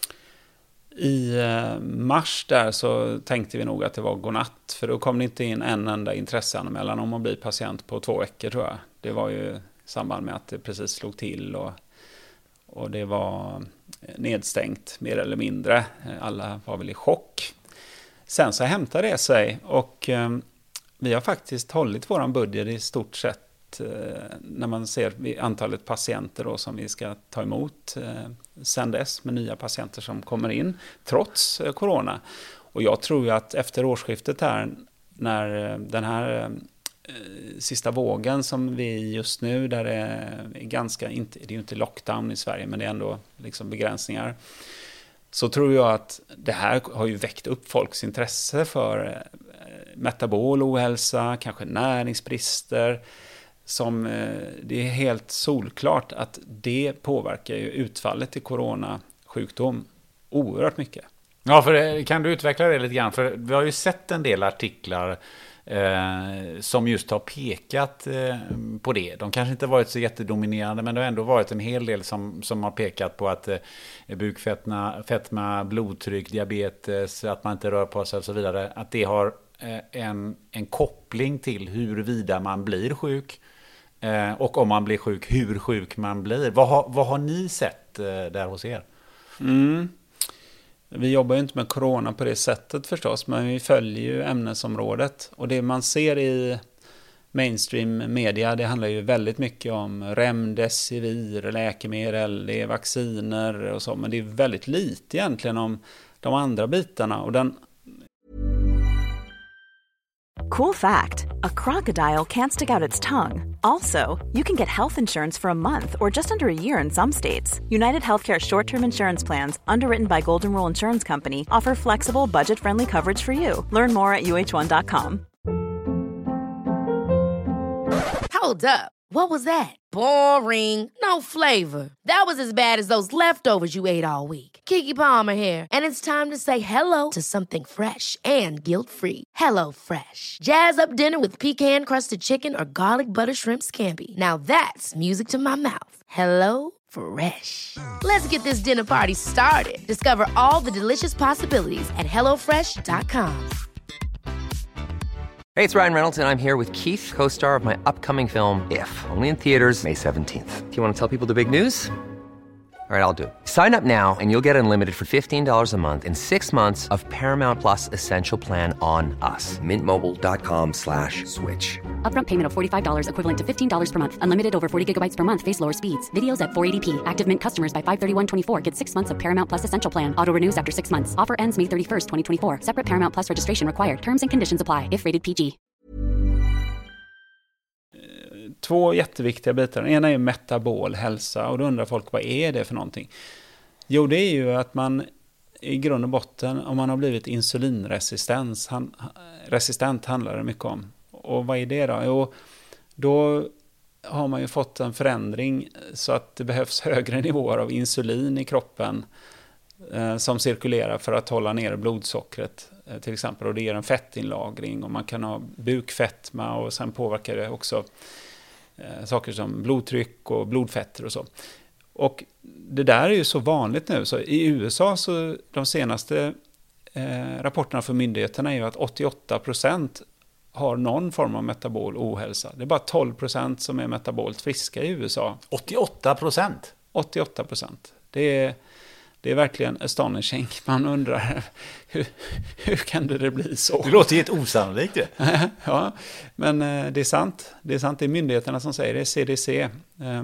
Speaker 3: I eh, mars där så tänkte vi nog att det var godnatt. För då kom det inte in en enda intresseanmälan om att bli patient på två veckor tror jag. Det var ju i samband med att det precis slog till och, och det var nedstängt mer eller mindre. Alla var väl i chock. Sen så hämtade det sig och eh, vi har faktiskt hållit våran budget i stort sett eh, när man ser antalet patienter då som vi ska ta emot eh, sen dess med nya patienter som kommer in trots eh, corona. Och jag tror ju att efter årsskiftet här när eh, den här eh, sista vågen som vi just nu där det är ganska, inte, det är ju inte lockdown i Sverige men det är ändå liksom begränsningar, så tror jag att det här har ju väckt upp folks intresse för metabol ohälsa, kanske näringsbrister som det är helt solklart att det påverkar ju utfallet i coronasjukdom oerhört mycket.
Speaker 4: Ja, för kan du utveckla det lite grann? För vi har ju sett en del artiklar Eh, som just har pekat eh, på det. De kanske inte varit så jättedominerande men det har ändå varit en hel del som, som har pekat på att eh, bukfetma, fetma, blodtryck, diabetes, att man inte rör på sig och så vidare. Att det har eh, en, en koppling till huruvida man blir sjuk eh, och om man blir sjuk, hur sjuk man blir. Vad har, vad har ni sett eh, där hos er?
Speaker 3: Mm. Vi jobbar ju inte med corona på det sättet förstås, men vi följer ju ämnesområdet. Och det man ser i mainstream media, det handlar ju väldigt mycket om remdesivir, läkemedel, det är vacciner och så. Men det är väldigt lite egentligen om de andra bitarna. Och den...
Speaker 5: Cool fact, a crocodile can't stick out its tongue. Also, you can get health insurance for a month or just under a year in some states. United Healthcare short-term insurance plans, underwritten by Golden Rule Insurance Company, offer flexible, budget-friendly coverage for you. Learn more at U H one dot com.
Speaker 1: Hold up. What was that? Boring. No flavor. That was as bad as those leftovers you ate all week. Keke Palmer here, and it's time to say hello to something fresh and guilt-free. Hello Fresh. Jazz up dinner with pecan-crusted chicken or garlic butter shrimp scampi. Now that's music to my mouth. Hello Fresh. Let's get this dinner party started. Discover all the delicious possibilities at hello fresh dot com.
Speaker 6: Hey, it's Ryan Reynolds, and I'm here with Keith, co-star of my upcoming film, If, only in theaters May seventeenth. Do you want to tell people the big news? All right, I'll do it. Sign up now and you'll get unlimited for fifteen dollars a month and six months of Paramount Plus Essential Plan on us. Mint Mobile dot com slash switch.
Speaker 7: Upfront payment of forty-five dollars equivalent to fifteen dollars per month. Unlimited over forty gigabytes per month. Face lower speeds. Videos at four eighty p. Active Mint customers by five thirty-one twenty-four get six months of Paramount Plus Essential Plan. Auto renews after six months. Offer ends May thirty-first, twenty twenty-four. Separate Paramount Plus registration required. Terms and conditions apply if rated P G.
Speaker 3: Två jätteviktiga bitar. Den ena är metabol hälsa, och då undrar folk, vad är det för någonting? Jo, det är ju att man i grund och botten, om man har blivit insulinresistent, han, resistent handlar det mycket om. Och vad är det då? Jo, då har man ju fått en förändring så att det behövs högre nivåer av insulin i kroppen eh, som cirkulerar för att hålla ner blodsockret eh, till exempel. Och det ger en fettinlagring, och man kan ha bukfetma, och sen påverkar det också eh, saker som blodtryck och blodfetter och så. Och det där är ju så vanligt nu. Så i U S A, så de senaste eh, rapporterna för myndigheterna är ju att åttioåtta procent har någon form av metabol ohälsa. Det är bara tolv procent som är metabolt friska i U S A.
Speaker 4: åttioåtta procent?
Speaker 3: åttioåtta procent. Det är, det är verkligen astonishing. Man undrar, hur, hur kan det bli så?
Speaker 4: Det låter helt osannolikt det.
Speaker 3: Ja, men eh, det är sant. Det är sant, det är myndigheterna som säger det, C D C. Eh,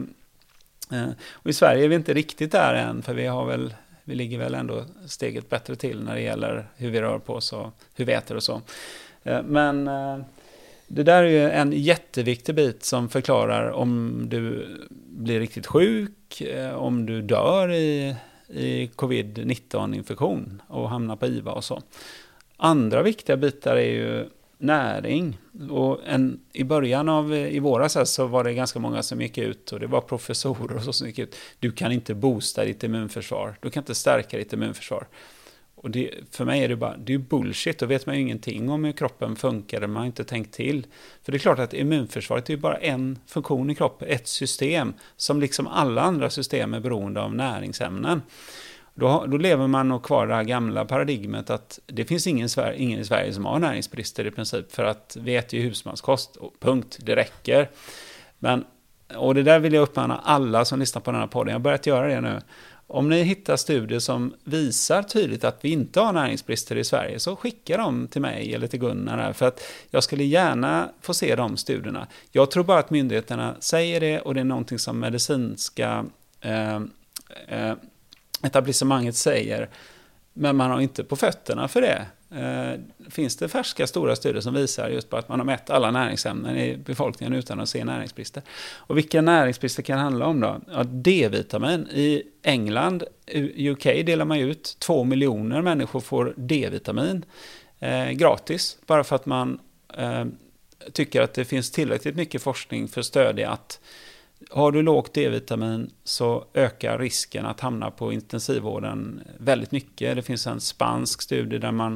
Speaker 3: Och i Sverige är vi inte riktigt där än, för vi har väl, vi ligger väl ändå steget bättre till när det gäller hur vi rör på oss och hur vi äter och så. Men det där är ju en jätteviktig bit som förklarar om du blir riktigt sjuk, om du dör i, i covid nitton-infektion och hamnar på I V A och så. Andra viktiga bitar är ju näring. Och en, i början av i våras här, så var det ganska många som gick ut, och det var professorer och så som gick ut. Du kan inte boosta ditt immunförsvar. Du kan inte stärka ditt immunförsvar. Och det, för mig är det bara, det är bullshit. Då vet man ju ingenting om hur kroppen funkar. Man har inte tänkt till. För det är klart att immunförsvaret är ju bara en funktion i kroppen. Ett system som liksom alla andra system är beroende av näringsämnen. Då, då lever man nog kvar det här gamla paradigmet att det finns ingen, ingen i Sverige som har näringsbrister i princip, för att vi äter ju husmanskost och punkt, det räcker. Men, och det där vill jag uppmana alla som lyssnar på den här podden, jag har börjat göra det nu. Om ni hittar studier som visar tydligt att vi inte har näringsbrister i Sverige, så skicka dem till mig eller till Gunnar här, för att jag skulle gärna få se de studierna. Jag tror bara att myndigheterna säger det, och det är någonting som medicinska eh, eh, etablissemanget säger, men man har inte på fötterna för det. Eh, finns det färska stora studier som visar just på att man har mätt alla näringsämnen i befolkningen utan att se näringsbrister. Och vilka näringsbrister kan det handla om då? Ja, D-vitamin. I England, U K, delar man ut två miljoner människor får D-vitamin eh, gratis, bara för att man eh, tycker att det finns tillräckligt mycket forskning för att stödja att har du lågt D-vitamin så ökar risken att hamna på intensivvården väldigt mycket. Det finns en spansk studie där man,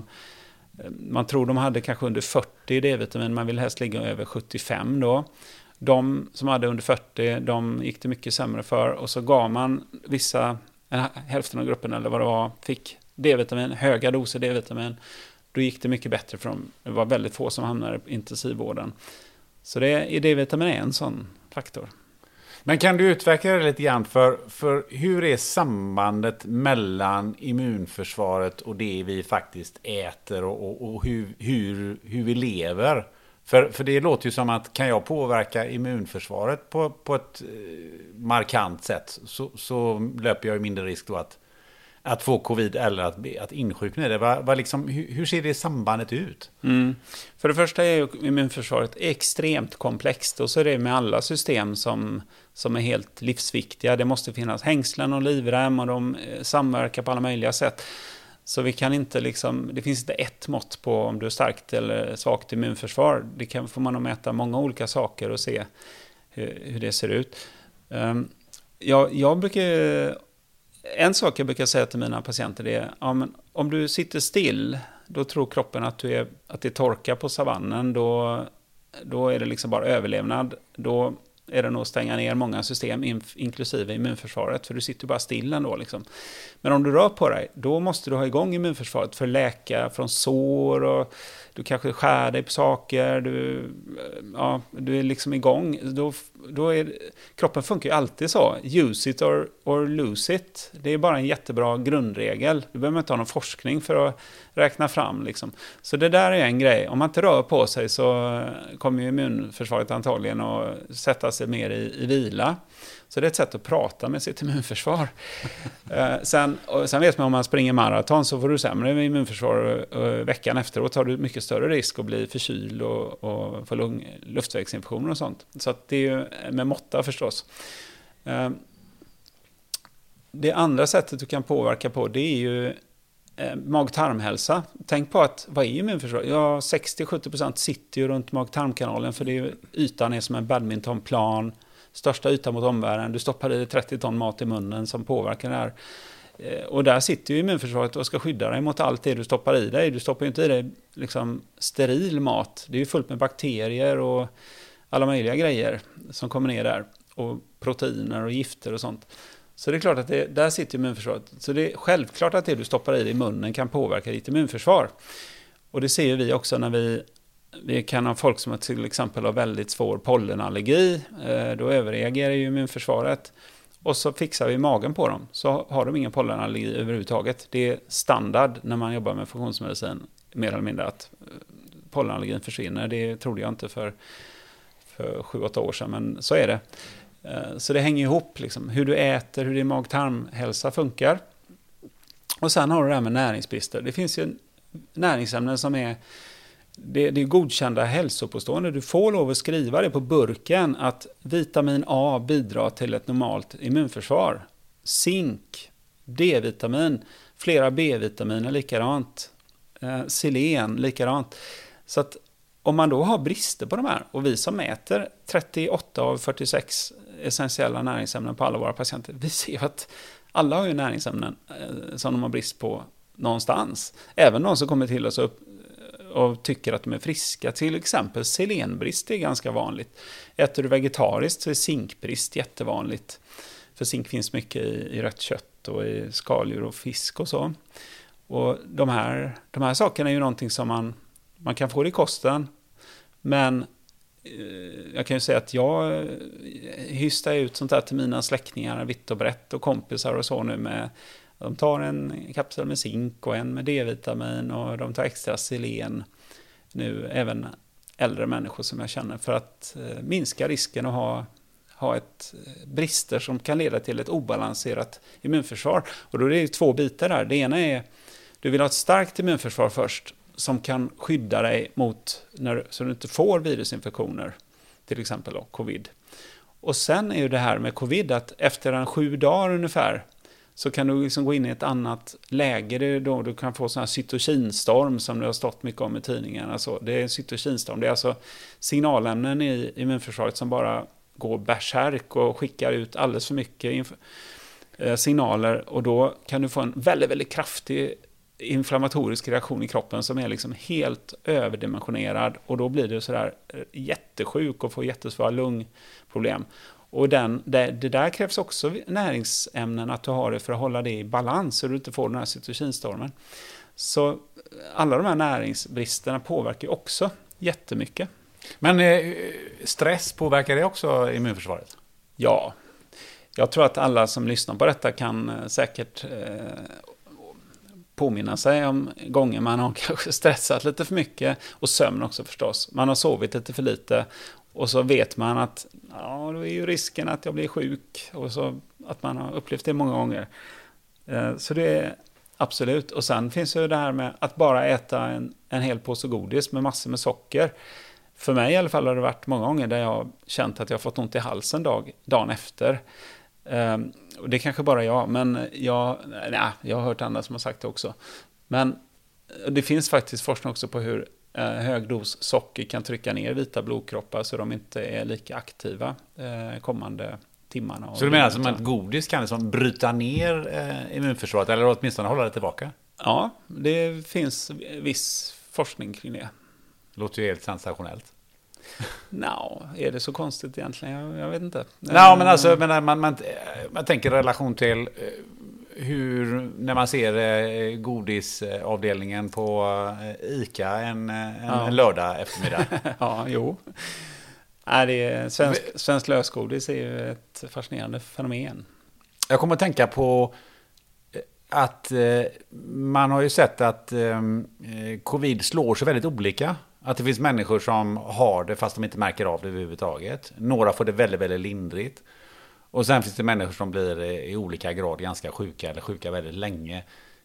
Speaker 3: man tror de hade kanske under fyrtio D-vitamin, man vill helst ligga över sjuttiofem då. De som hade under fyrtio, de gick det mycket sämre för, och så gav man vissa, hälften av gruppen eller vad det var, fick D-vitamin, höga doser D-vitamin. Då gick det mycket bättre för dem. Det var väldigt få som hamnade i intensivvården. Så det är D-vitamin är en sån faktor.
Speaker 4: Men kan du utveckla det lite grann för, för hur är sambandet mellan immunförsvaret och det vi faktiskt äter och, och, och hur, hur, hur vi lever? För, för det låter ju som att kan jag påverka immunförsvaret på, på ett eh, markant sätt, så, så löper jag ju mindre risk då att, att få covid eller att, att insjukna i det. Va, va liksom, hur, hur ser det sambandet ut?
Speaker 3: Mm. För det första är ju immunförsvaret extremt komplext, och så är det med alla system som, som är helt livsviktiga. Det måste finnas hängslen och livrem, och de samverkar på alla möjliga sätt. Så vi kan inte liksom, det finns inte ett mått på om du är starkt eller svagt immunförsvar. Det kan, får man nog mäta många olika saker och se hur, hur det ser ut. Um, jag, jag brukar, en sak jag brukar säga till mina patienter är, ja, men om du sitter still, då tror kroppen att, du är, att det torkar på savannen, då, då är det liksom bara överlevnad. Då är det nog att stänga ner många system, inklusive immunförsvaret, för du sitter bara still ändå. Liksom. Men om du rör på dig, då måste du ha igång immunförsvaret för att läka från sår, och du kanske skär dig på saker, du, ja, du är liksom igång. Då, då är, kroppen funkar ju alltid så, use it or, or lose it. Det är bara en jättebra grundregel. Du behöver inte ha någon forskning för att räkna fram. Liksom. Så det där är en grej. Om man inte rör på sig så kommer ju immunförsvaret antagligen att sätta sig mer i, i vila. Så det är ett sätt att prata med sitt immunförsvar. eh, sen, och sen vet man, om man springer maraton så får du sämre immunförsvar. Och veckan efteråt har du mycket större risk att bli förkyld och, och få lung, luftvägsinfektioner och sånt. Så att det är ju med måtta förstås. Eh, det andra sättet du kan påverka på, det är ju eh, mag-tarmhälsa. Tänk på att, vad är immunförsvar? Ja, sextio till sjuttio procent sitter ju runt mag-tarmkanalen, för det är ju, ytan är som en badmintonplan. Största yta mot omvärlden. Du stoppar i trettio ton mat i munnen som påverkar det här. Och där sitter ju immunförsvaret och ska skydda dig mot allt det du stoppar i dig. Du stoppar ju inte i dig liksom steril mat. Det är ju fullt med bakterier och alla möjliga grejer som kommer ner där. Och proteiner och gifter och sånt. Så det är klart att det, där sitter immunförsvaret. Så det är självklart att det du stoppar i dig i munnen kan påverka ditt immunförsvar. Och det ser ju vi också när vi Vi kan ha folk som har till exempel har väldigt svår pollenallergi. Då överreagerar ju immunförsvaret. Och så fixar vi magen på dem. Så har de ingen pollenallergi överhuvudtaget. Det är standard när man jobbar med funktionsmedicin. Mer eller mindre att pollenallergin försvinner. Det trodde jag inte för, för sju åtta år sedan. Men så är det. Så det hänger ihop. Liksom, hur du äter, hur din mag-tarmhälsa funkar. Och sen har du det här med näringsbrister. Det finns ju näringsämnen som är... Det, det är godkända hälsopåstående. Du får lov att skriva det på burken att vitamin A bidrar till ett normalt immunförsvar. Zink, D-vitamin, flera B-vitaminer likadant. Eh, selen likadant. Så att om man då har brister på de här, och vi som mäter trettioåtta av fyrtiosex essentiella näringsämnen på alla våra patienter, vi ser att alla har ju näringsämnen eh, som de har brist på någonstans. Även de som kommer till oss upp och tycker att de är friska. Till exempel selenbrist är ganska vanligt. Äter du vegetariskt så är zinkbrist jättevanligt. För zink finns mycket i, i rött kött och i skaldjur och fisk och så. Och de här, de här sakerna är ju någonting som man, man kan få i kosten. Men eh, jag kan ju säga att jag hystar ut sånt här till mina släktingar vitt och brett och kompisar och så nu med... De tar en kapsel med zink och en med D-vitamin och de tar extra selen nu, även äldre människor som jag känner, för att eh, minska risken att ha, ha ett brister som kan leda till ett obalanserat immunförsvar. Och då är det två bitar där. Det ena är, du vill ha ett starkt immunförsvar först som kan skydda dig mot, när, så du inte får virusinfektioner, till exempel då, covid. Och sen är ju det här med covid att efter en sju dagar ungefär så kan du liksom gå in i ett annat läge. Det är då du kan få sån här cytokinstorm som det har stått mycket om i tidningen. Alltså, det är en cytokinstorm. Det är alltså signalämnen i immunförsvaret som bara går bärsärk och skickar ut alldeles för mycket inf- eh, signaler. Och då kan du få en väldigt, väldigt kraftig inflammatorisk reaktion i kroppen som är liksom helt överdimensionerad. Och då blir du sådär jättesjuk och får jättesvåra lungproblem. Och den, det, det där krävs också näringsämnen att du har det för att hålla det i balans så du inte får den här cytokinstormen. Så alla de här näringsbristerna påverkar också jättemycket.
Speaker 4: Men eh, stress påverkar det också immunförsvaret?
Speaker 3: Ja, jag tror att alla som lyssnar på detta kan eh, säkert eh, påminna sig om gånger man har kanske stressat lite för mycket och sömn också förstås. Man har sovit lite för lite. Och så vet man att ja, då är ju risken att jag blir sjuk. Och så att man har upplevt det många gånger. Så det är absolut. Och sen finns ju det här med att bara äta en, en hel påse godis med massor med socker. För mig i alla fall har det varit många gånger där jag har känt att jag har fått ont i halsen dag, dagen efter. Och det är kanske bara jag. Men jag, nej, jag har hört andra som har sagt det också. Men det finns faktiskt forskning också på hur eh, hög dos socker kan trycka ner vita blodkroppar så de inte är lika aktiva eh, kommande timmarna.
Speaker 4: Så du menar som att godis kan liksom bryta ner eh, immunförsvaret eller åtminstone hålla det tillbaka?
Speaker 3: Ja, det finns viss forskning kring det.
Speaker 4: Det låter ju helt sensationellt.
Speaker 3: Nå, är det så konstigt egentligen? Jag, jag vet inte.
Speaker 4: Nej, men alltså men man, man, man tänker relation till hur, när man ser eh, godisavdelningen på eh, ICA en, en
Speaker 3: ja.
Speaker 4: lördag eftermiddag.
Speaker 3: Ja, jo. Nej, det är, svensk, svensk lösgodis är ju ett fascinerande fenomen.
Speaker 4: Jag kommer att tänka på att eh, man har ju sett att eh, covid slår så väldigt olika. Att det finns människor som har det fast de inte märker av det överhuvudtaget. Några får det väldigt, väldigt lindrigt. Och sen finns det människor som blir i olika grad ganska sjuka eller sjuka väldigt länge.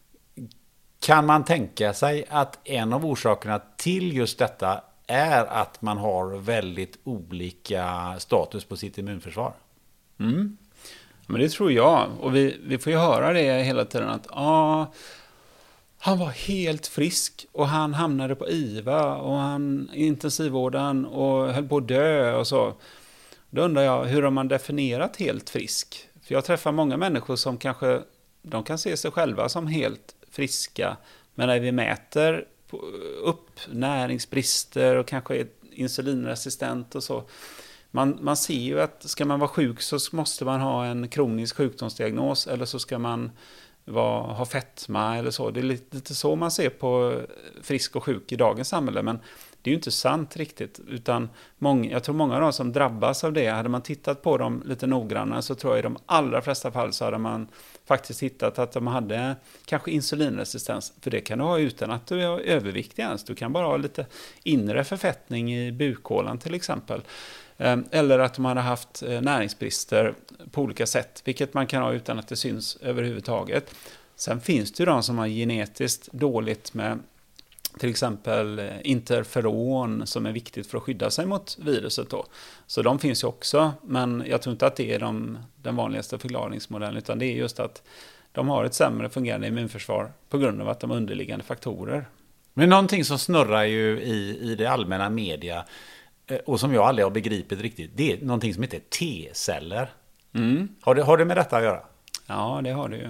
Speaker 4: Kan man tänka sig att en av orsakerna till just detta är att man har väldigt olika status på sitt immunförsvar?
Speaker 3: Mm. Men det tror jag. Och vi, vi får ju höra det hela tiden att ah, han var helt frisk och han hamnade på I V A och han intensivvården och höll på att dö och så. Då undrar jag, hur har man definierat helt frisk? För jag träffar många människor som kanske, de kan se sig själva som helt friska. Men när vi mäter upp näringsbrister och kanske är insulinresistent och så. Man, man ser ju att ska man vara sjuk så måste man ha en kronisk sjukdomsdiagnos eller så ska man vara, ha fetma eller så. Det är lite, lite så man ser på frisk och sjuk i dagens samhälle, men det är ju inte sant riktigt, utan många, jag tror många av de som drabbas av det, hade man tittat på dem lite noggrannare så tror jag i de allra flesta fall så hade man faktiskt hittat att de hade kanske insulinresistens, för det kan du ha utan att du är överviktig ens. Du kan bara ha lite inre förfettning i bukhålan till exempel. Eller att de hade haft näringsbrister på olika sätt, vilket man kan ha utan att det syns överhuvudtaget. Sen finns det ju de som har genetiskt dåligt med till exempel interferon som är viktigt för att skydda sig mot viruset då. Så de finns ju också, men jag tror inte att det är de, den vanligaste förklaringsmodellen, utan det är just att de har ett sämre fungerande immunförsvar på grund av att de underliggande faktorer.
Speaker 4: Men någonting som snurrar ju i, i det allmänna media och som jag aldrig har begripit riktigt, det är någonting som heter T-celler. Mm. Har, det, har det med detta att göra?
Speaker 3: Ja, det har det ju.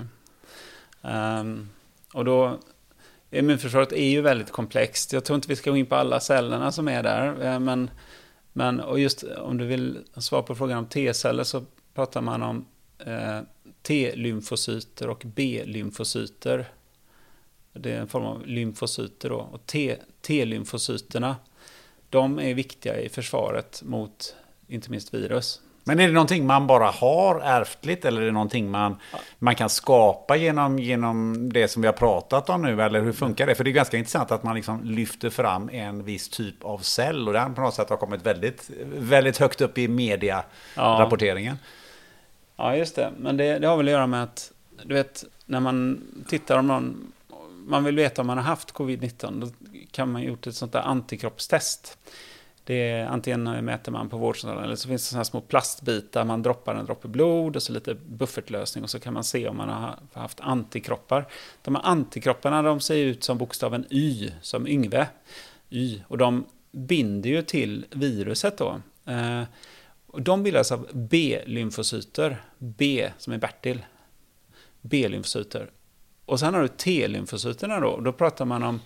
Speaker 3: Um, och då, immunförsvaret är ju väldigt komplext. Jag tror inte vi ska gå in på alla cellerna som är där. Men, men och just om du vill svara på frågan om T-celler så pratar man om eh, T-lymfocyter och B-lymfocyter. Det är en form av lymfocyter då. Och T, T-lymfocyterna, de är viktiga i försvaret mot inte minst virus.
Speaker 4: Men är det någonting man bara har ärftligt eller är det någonting man, ja. man kan skapa genom, genom det som vi har pratat om nu, eller hur funkar det? För det är ganska intressant att man liksom lyfter fram en viss typ av cell och den på något sätt har kommit väldigt, väldigt högt upp i media-rapporteringen.
Speaker 3: Ja. ja, just det. Men det, det har väl att göra med att, du vet, när man tittar om någon, man vill veta om man har haft covid nitton, då kan man gjort ett sånt där antikroppstest. Det är, antingen mäter man på vårdcentralen eller så finns det såna här små plastbitar, man droppar en droppe blod och så lite buffertlösning och så kan man se om man har haft antikroppar. De här antikropparna, de ser ut som bokstaven Y, som Yngve. Y, och de binder ju till viruset då. Eh, och de bildas av B-lymfocyter, B som är Bertil, B-lymfocyter. Och sen har du T-lymfocyterna då, och då pratar man om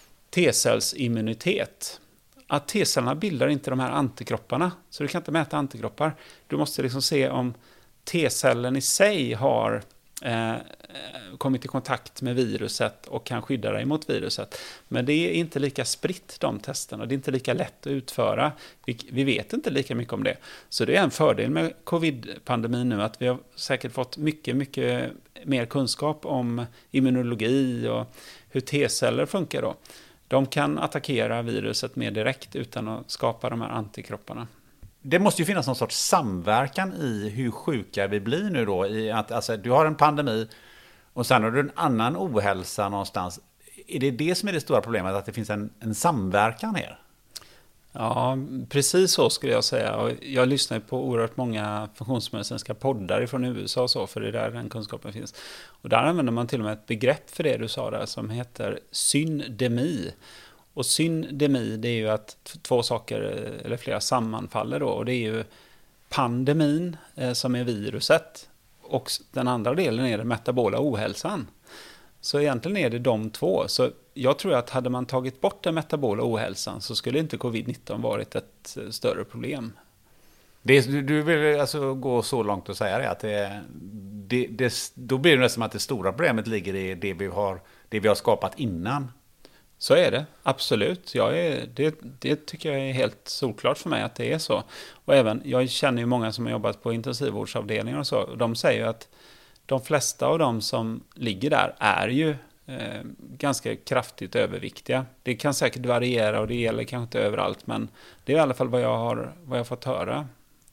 Speaker 3: T-cellsimmunitet. Att T-cellerna bildar inte de här antikropparna, så du kan inte mäta antikroppar. Du måste liksom se om T-cellen i sig har eh, kommit i kontakt med viruset och kan skydda dig mot viruset. Men det är inte lika spritt, de testerna. Det är inte lika lätt att utföra. Vi, vi vet inte lika mycket om det. Så det är en fördel med covid-pandemin nu, att vi har säkert fått mycket, mycket mer kunskap om immunologi och hur T-celler funkar då. De kan attackera viruset mer direkt utan att skapa de här antikropparna.
Speaker 4: Det måste ju finnas någon sorts samverkan i hur sjuka vi blir nu då. I att, alltså, du har en pandemi och sen har du en annan ohälsa någonstans. Är det det som är det stora problemet, att det finns en, en samverkan här?
Speaker 3: Ja, precis så skulle jag säga. Och jag lyssnar på oerhört många funktionsmedicinska poddar från U S A och så, för det är där den kunskapen finns. Och där använder man till och med ett begrepp för det du sa där som heter syndemi. Och syndemi, det är ju att två saker eller flera sammanfaller då. Och det är ju pandemin eh, som är viruset. Och den andra delen är den metabola ohälsan. Så egentligen är det de två. Så jag tror att hade man tagit bort den metabola ohälsan så skulle inte covid nitton varit ett större problem.
Speaker 4: Det, du, du vill alltså gå så långt och säga det, att det, det, det, då blir det nästan att det stora problemet ligger i det vi har, det vi har skapat innan.
Speaker 3: Så är det, absolut. Jag är, det, det tycker jag är helt solklart för mig att det är så. Och även, jag känner ju många som har jobbat på intensivvårdsavdelningar och så. Och de säger ju att de flesta av dem som ligger där är ju eh, ganska kraftigt överviktiga. Det kan säkert variera och det gäller kanske inte överallt. Men det är i alla fall vad jag har, vad jag har fått höra.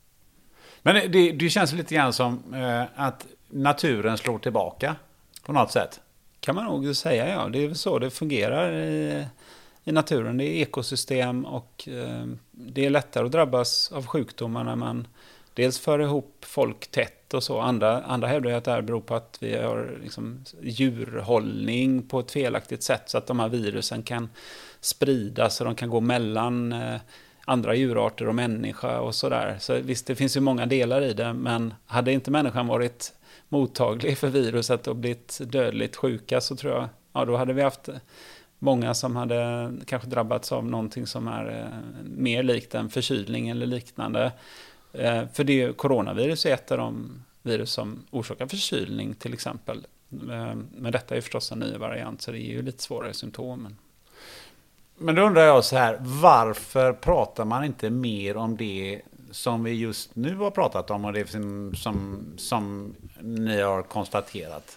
Speaker 4: Men det, det känns lite grann som eh, att naturen slår tillbaka på något sätt.
Speaker 3: Kan man nog säga, ja. Det är väl så det fungerar i, i naturen. Det är ekosystem och eh, det är lättare att drabbas av sjukdomar när man dels för ihop folk tätt och så. Andra, andra hävdar ju att det här beror på att vi har liksom djurhållning på ett felaktigt sätt så att de här virusen kan spridas och de kan gå mellan eh, andra djurarter och människa och sådär. Så visst, det finns ju många delar i det, men hade inte människan varit mottaglig för viruset och blivit dödligt sjuka så tror jag, ja då hade vi haft många som hade kanske drabbats av någonting som är eh, mer likt en förkylning eller liknande. Eh, för det är coronavirus är ett av de virus som orsakar förkylning till exempel. Eh, men detta är förstås en ny variant så det är ju lite svårare symptom.
Speaker 4: Men då undrar jag så här, varför pratar man inte mer om det som vi just nu har pratat om och det som, som, som ni har konstaterat?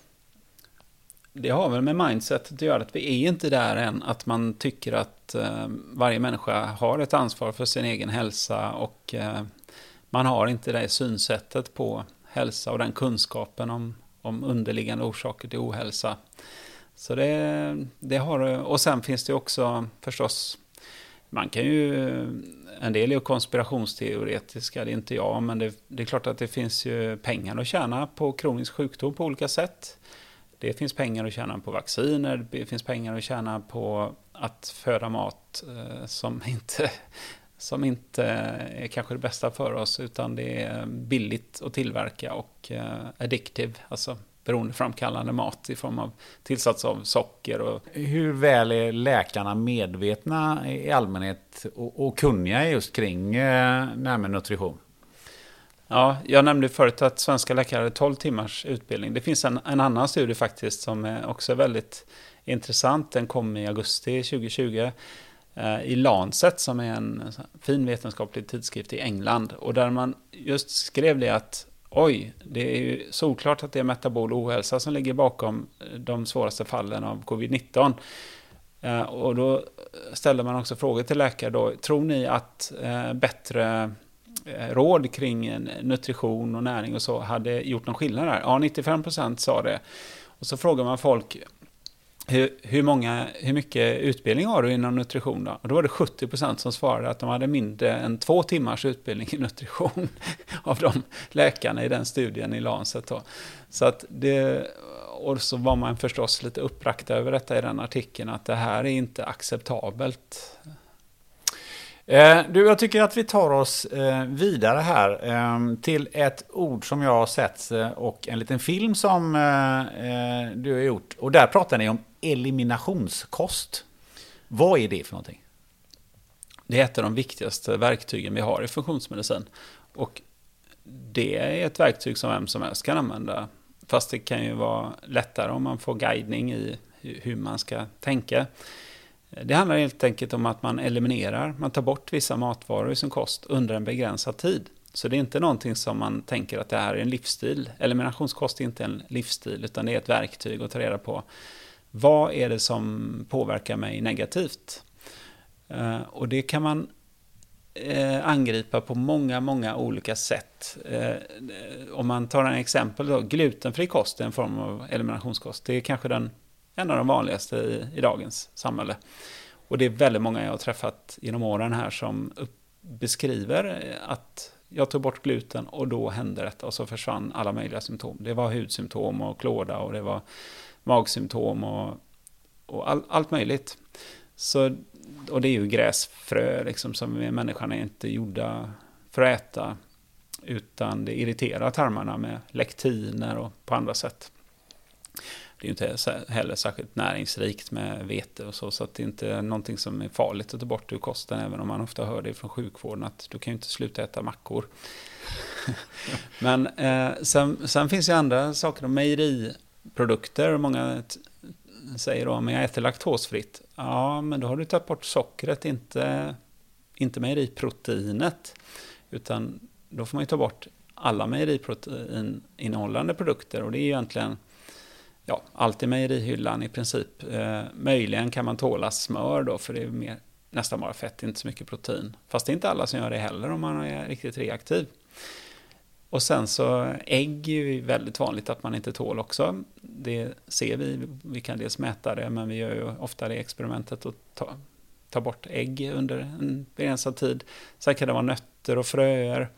Speaker 3: Det har väl med mindsetet att göra att vi är inte där än att man tycker att eh, varje människa har ett ansvar för sin egen hälsa och eh, man har inte det synsättet på hälsa och den kunskapen om, om underliggande orsaker till ohälsa. Så det, det har, och sen finns det också förstås, man kan ju, en del är ju konspirationsteoretiska, det är inte jag, men det, det är klart att det finns ju pengar att tjäna på kronisk sjukdom på olika sätt. Det finns pengar att tjäna på vacciner, det finns pengar att tjäna på att föda mat eh, som inte, som inte är kanske det bästa för oss, utan det är billigt att tillverka och eh, addictive, alltså beroendeframkallande mat i form av tillsats av socker. Och
Speaker 4: hur väl är läkarna medvetna i allmänhet och, och kunniga just kring eh, närmare nutrition?
Speaker 3: Ja, jag nämnde förut att svenska läkare har tolv timmars utbildning. Det finns en, en annan studie faktiskt som är också väldigt intressant. Den kom i augusti tjugohundratjugo eh, i Lancet som är en fin vetenskaplig tidskrift i England. Och där man just skrev det att oj, det är ju såklart att det är metabol ohälsa som ligger bakom de svåraste fallen av covid nitton. Eh, och då ställer man också frågor till läkare då. Tror ni att eh, bättre eh, råd kring nutrition och näring och så hade gjort någon skillnad där? Ja, nittiofem procent sa det. Och så frågar man folk, hur, hur, många, hur mycket utbildning har du inom nutrition då? Och då var det sjuttio procent som svarade att de hade mindre än två timmars utbildning i nutrition av de läkarna i den studien i Lancet då. Så att det, och så var man förstås lite uppbrakt över detta i den artikeln, att det här är inte acceptabelt.
Speaker 4: Eh, du, jag tycker att vi tar oss eh, vidare här eh, till ett ord som jag har sett eh, och en liten film som eh, du har gjort. Och där pratar ni om eliminationskost. Vad är det för någonting?
Speaker 3: Det är ett av de viktigaste verktygen vi har i funktionsmedicin. Och det är ett verktyg som vem som helst kan använda. Fast det kan ju vara lättare om man får guidning i hur man ska tänka. Det handlar helt enkelt om att man eliminerar, man tar bort vissa matvaror i sin kost under en begränsad tid. Så det är inte någonting som man tänker att det här är en livsstil. Eliminationskost är inte en livsstil utan det är ett verktyg att ta reda på vad är det som påverkar mig negativt. Och det kan man angripa på många, många olika sätt. Om man tar en exempel då, glutenfri kost är en form av eliminationskost. Det är kanske den en av de vanligaste i, i dagens samhälle. Och det är väldigt många jag har träffat genom åren här som upp, beskriver att jag tog bort gluten och då hände detta och så försvann alla möjliga symptom. Det var hudsymptom och klåda och det var magsymptom och, och all, allt möjligt. Så, och det är ju gräsfrö liksom, som människan är inte gjorda för att äta, utan det irriterar tarmarna med lektiner och på andra sätt. Det är ju inte heller särskilt näringsrikt med vete och så, så att det är inte någonting som är farligt att ta bort ur kosten, även om man ofta hör det från sjukvården att du kan ju inte sluta äta mackor. Men eh, sen, sen finns ju andra saker, och mejeriprodukter. Många t- säger då, men jag äter laktosfritt. Ja, men då har du tagit bort sockret, inte, inte mejeriproteinet, utan då får man ju ta bort alla mejeriprotein innehållande produkter, och det är ju egentligen ja, allt i mejerihyllan i princip. Eh, möjligen kan man tåla smör då, för det är mer, nästan bara fett, inte så mycket protein. Fast det är inte alla som gör det heller om man är riktigt reaktiv. Och sen så ägg är ju väldigt vanligt att man inte tål också. Det ser vi, vi kan dels mäta det, men vi gör ju ofta det experimentet att ta, ta bort ägg under en begränsad tid. Sen kan det vara nötter och fröer.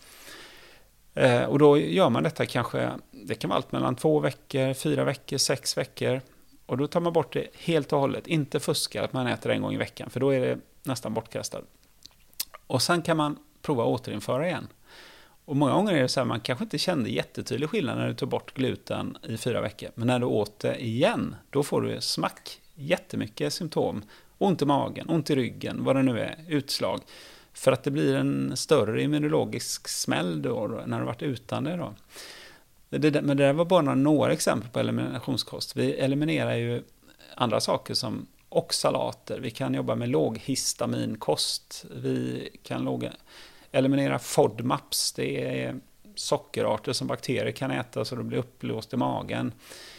Speaker 3: Eh, och då gör man detta kanske, det kan vara allt mellan två veckor, fyra veckor, sex veckor. Och då tar man bort det helt och hållet. Inte fuska att man äter en gång i veckan, för då är det nästan bortkastat. Och sen kan man prova att återinföra igen. Och många gånger är det så här, man kanske inte kände jättetydlig skillnad när du tog bort gluten i fyra veckor. Men när du åt det igen, då får du smack, jättemycket symptom. Ont i magen, ont i ryggen, vad det nu är, utslag. För att det blir en större immunologisk smäll då, då när du varit utan det då. Det, men det där var bara några exempel på eliminationskost. Vi eliminerar ju andra saker som oxalater. Vi kan jobba med låghistaminkost. Vi kan låga, eliminera FODMAPs. Det är sockerarter som bakterier kan äta så det blir upplåst i magen.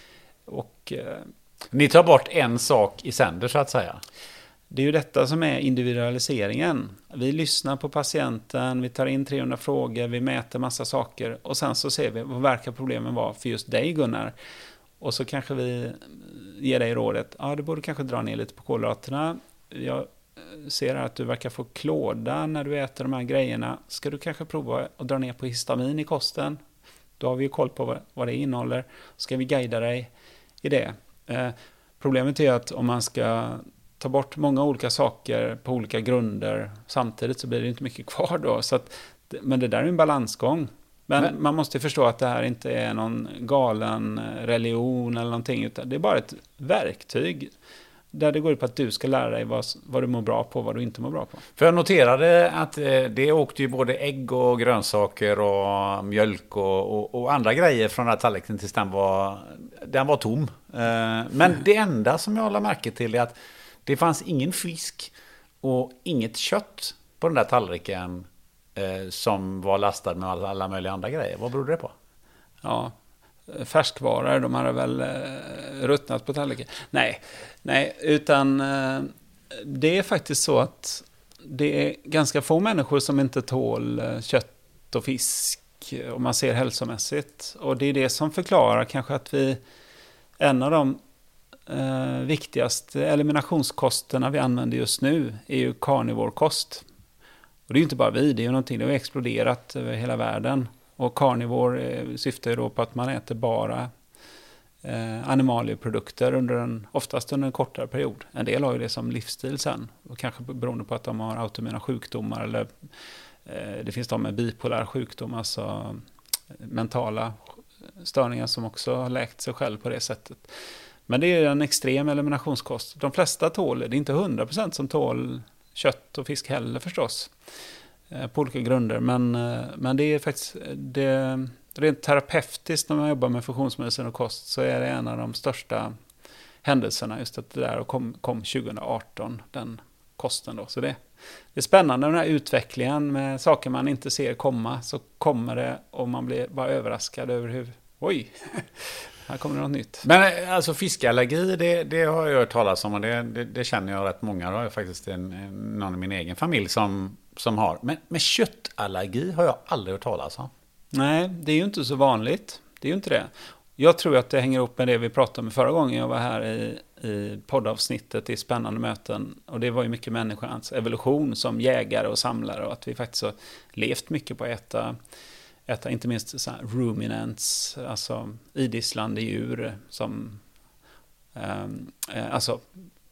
Speaker 3: Och, eh,
Speaker 4: Ni tar bort en sak i sänder så att säga.
Speaker 3: Det är ju detta som är individualiseringen. Vi lyssnar på patienten, vi tar in trehundra frågor, vi mäter massa saker och sen så ser vi vad verkar problemen vara för just dig, Gunnar. Och så kanske vi ger dig rådet, ja du borde kanske dra ner lite på kolhydraterna. Jag ser att du verkar få klåda när du äter de här grejerna. Ska du kanske prova att dra ner på histamin i kosten? Då har vi ju koll på vad, vad det innehåller. Ska vi guida dig i det? Eh, problemet är att om man ska ta bort många olika saker på olika grunder samtidigt så blir det inte mycket kvar då. Så att, men det där är en balansgång. Men, men man måste förstå att det här inte är någon galen religion eller någonting, utan det är bara ett verktyg där det går ut på att du ska lära dig vad, vad du mår bra på och vad du inte mår bra på.
Speaker 4: För jag noterade att det åkte ju både ägg och grönsaker och mjölk och, och, och andra grejer från den här tallriken tills den var, den var tom. Men det enda som jag håller märke till är att det fanns ingen fisk och inget kött på den där tallriken eh, som var lastad med alla, alla möjliga andra grejer. Vad beror det på?
Speaker 3: Ja, färskvaror, de hade väl eh, ruttnat på tallriken. Nej, nej, utan eh, det är faktiskt så att det är ganska få människor som inte tål eh, kött och fisk om man ser hälsomässigt. Och det är det som förklarar kanske att vi, en av de Eh, viktigaste eliminationskosterna vi använder just nu är ju carnivore-kost. Och det är ju inte bara vi, det är ju någonting, det har exploderat över hela världen. Och carnivore eh, syftar ju då på att man äter bara eh, animalieprodukter under en, oftast under en kortare period. En del har ju det som livsstil sen, och kanske beroende på att de har autoimmuna sjukdomar eller eh, det finns de med bipolär sjukdom, alltså mentala störningar som också har läkt sig själv på det sättet. Men det är en extrem eliminationskost. De flesta tål, det är inte hundra procent som tål kött och fisk heller förstås. På olika grunder. Men, men det är faktiskt, det, rent terapeutiskt när man jobbar med funktionsmedicin och kost så är det en av de största händelserna. Just att det där kom, kom tjugo arton, den kosten då. Så det, det är spännande den här utvecklingen med saker man inte ser komma. Så kommer det och man blir bara överraskad över hur, oj, här kommer det något nytt.
Speaker 4: Men alltså fiskallergi, det, det har jag hört talas om och det, det, det känner jag rätt många. Det har jag faktiskt en, någon i min egen familj som, som har. Men med köttallergi har jag aldrig hört talas om.
Speaker 3: Nej, det är ju inte så vanligt. Det är ju inte det. Jag tror att det hänger ihop med det vi pratade om förra gången jag var här i, i poddavsnittet i Spännande möten. Och det var ju mycket människans evolution som jägare och samlare och att vi faktiskt har levt mycket på att äta Äta inte minst så här ruminants, alltså idisslande djur som eh, alltså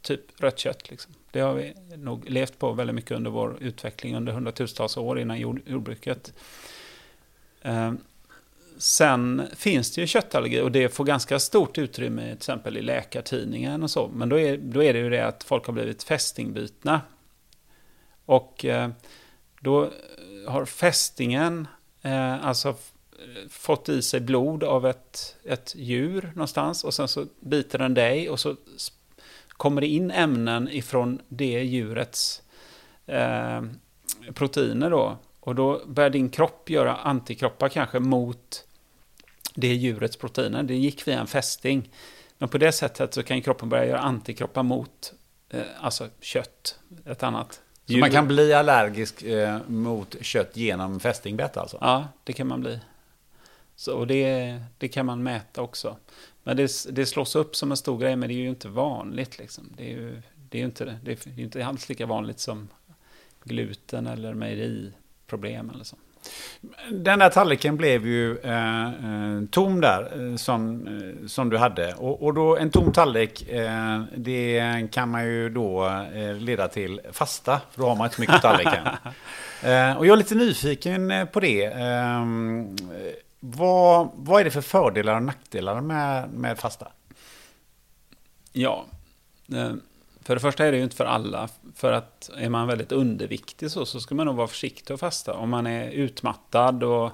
Speaker 3: typ rött kött. Liksom. Det har vi nog levt på väldigt mycket under vår utveckling under hundratusentals år innan jord, jordbruket. Eh, sen finns det ju köttallergi och det får ganska stort utrymme till exempel i läkartidningen och så. Men då är, då är det ju det att folk har blivit fästingbitna. Och eh, då har fästingen eh, alltså fått i sig blod av ett, ett djur någonstans och sen så biter den dig och så kommer det in ämnen ifrån det djurets eh, proteiner då. Och då börjar din kropp göra antikroppar kanske mot det djurets proteiner. Det gick via en fästing. Men på det sättet så kan kroppen börja göra antikroppar mot eh, alltså kött, ett annat
Speaker 4: Så man kan bli allergisk eh, mot kött genom fästingbett alltså?
Speaker 3: Ja, det kan man bli. Så, och det, det kan man mäta också. Men det, det slås upp som en stor grej, men det är ju inte vanligt. Liksom. Det är ju det är inte, det är, det är inte alls lika vanligt som gluten eller mejeriproblem eller så.
Speaker 4: Den där tallriken blev ju eh, tom där eh, som, eh, som du hade. Och, och då en tom tallrik, eh, det kan man ju då eh, leda till fasta. För då har man inte så mycket tallriken. eh, och jag är lite nyfiken på det. Eh, vad, vad är det för fördelar och nackdelar med, med fasta?
Speaker 3: Ja, eh, för det första är det ju inte för alla. För att är man väldigt underviktig så, så ska man nog vara försiktig att fasta. Om man är utmattad och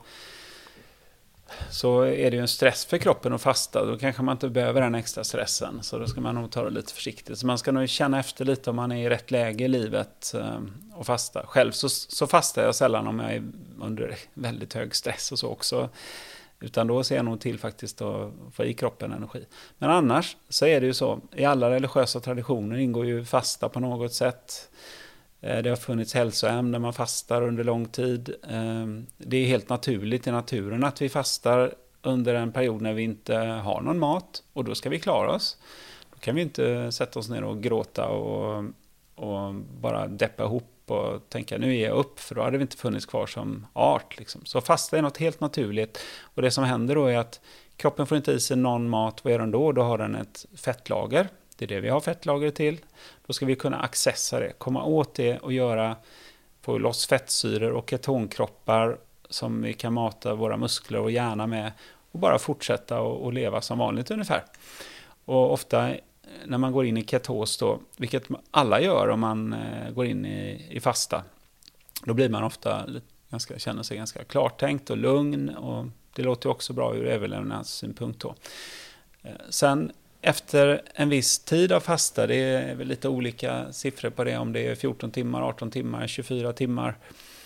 Speaker 3: så är det ju en stress för kroppen att fasta. Då kanske man inte behöver den extra stressen. Så då ska man nog ta det lite försiktigt. Så man ska nog känna efter lite om man är i rätt läge i livet och fasta. Själv så, så fastar jag sällan om jag är under väldigt hög stress och så också. Utan då ser jag nog till faktiskt att få i kroppen energi. Men annars så är det ju så. I alla religiösa traditioner ingår ju fasta på något sätt. Det har funnits hälsohem där man fastar under lång tid. Det är helt naturligt i naturen att vi fastar under en period när vi inte har någon mat. Och då ska vi klara oss. Då kan vi inte sätta oss ner och gråta och, och bara deppa ihop och tänka nu är jag upp, för då hade vi inte funnits kvar som art. Liksom. Så fasta är något helt naturligt. Och det som händer då är att kroppen får inte i sig någon mat. Vad gör den då? Då har den ett fettlager. Det är det vi har fettlager till. Då ska vi kunna accessa det, komma åt det och göra, få loss fettsyror och ketonkroppar som vi kan mata våra muskler och hjärna med och bara fortsätta och, och leva som vanligt ungefär. Och ofta när man går in i ketos då, vilket alla gör om man eh, går in i, i fasta, då blir man ofta ganska, känner sig ganska klartänkt och lugn, och det låter också bra ur överlevnadssynpunkt då. Eh, sen efter en viss tid av fasta, det är väl lite olika siffror på det, om det är fjorton timmar, arton timmar, tjugofyra timmar,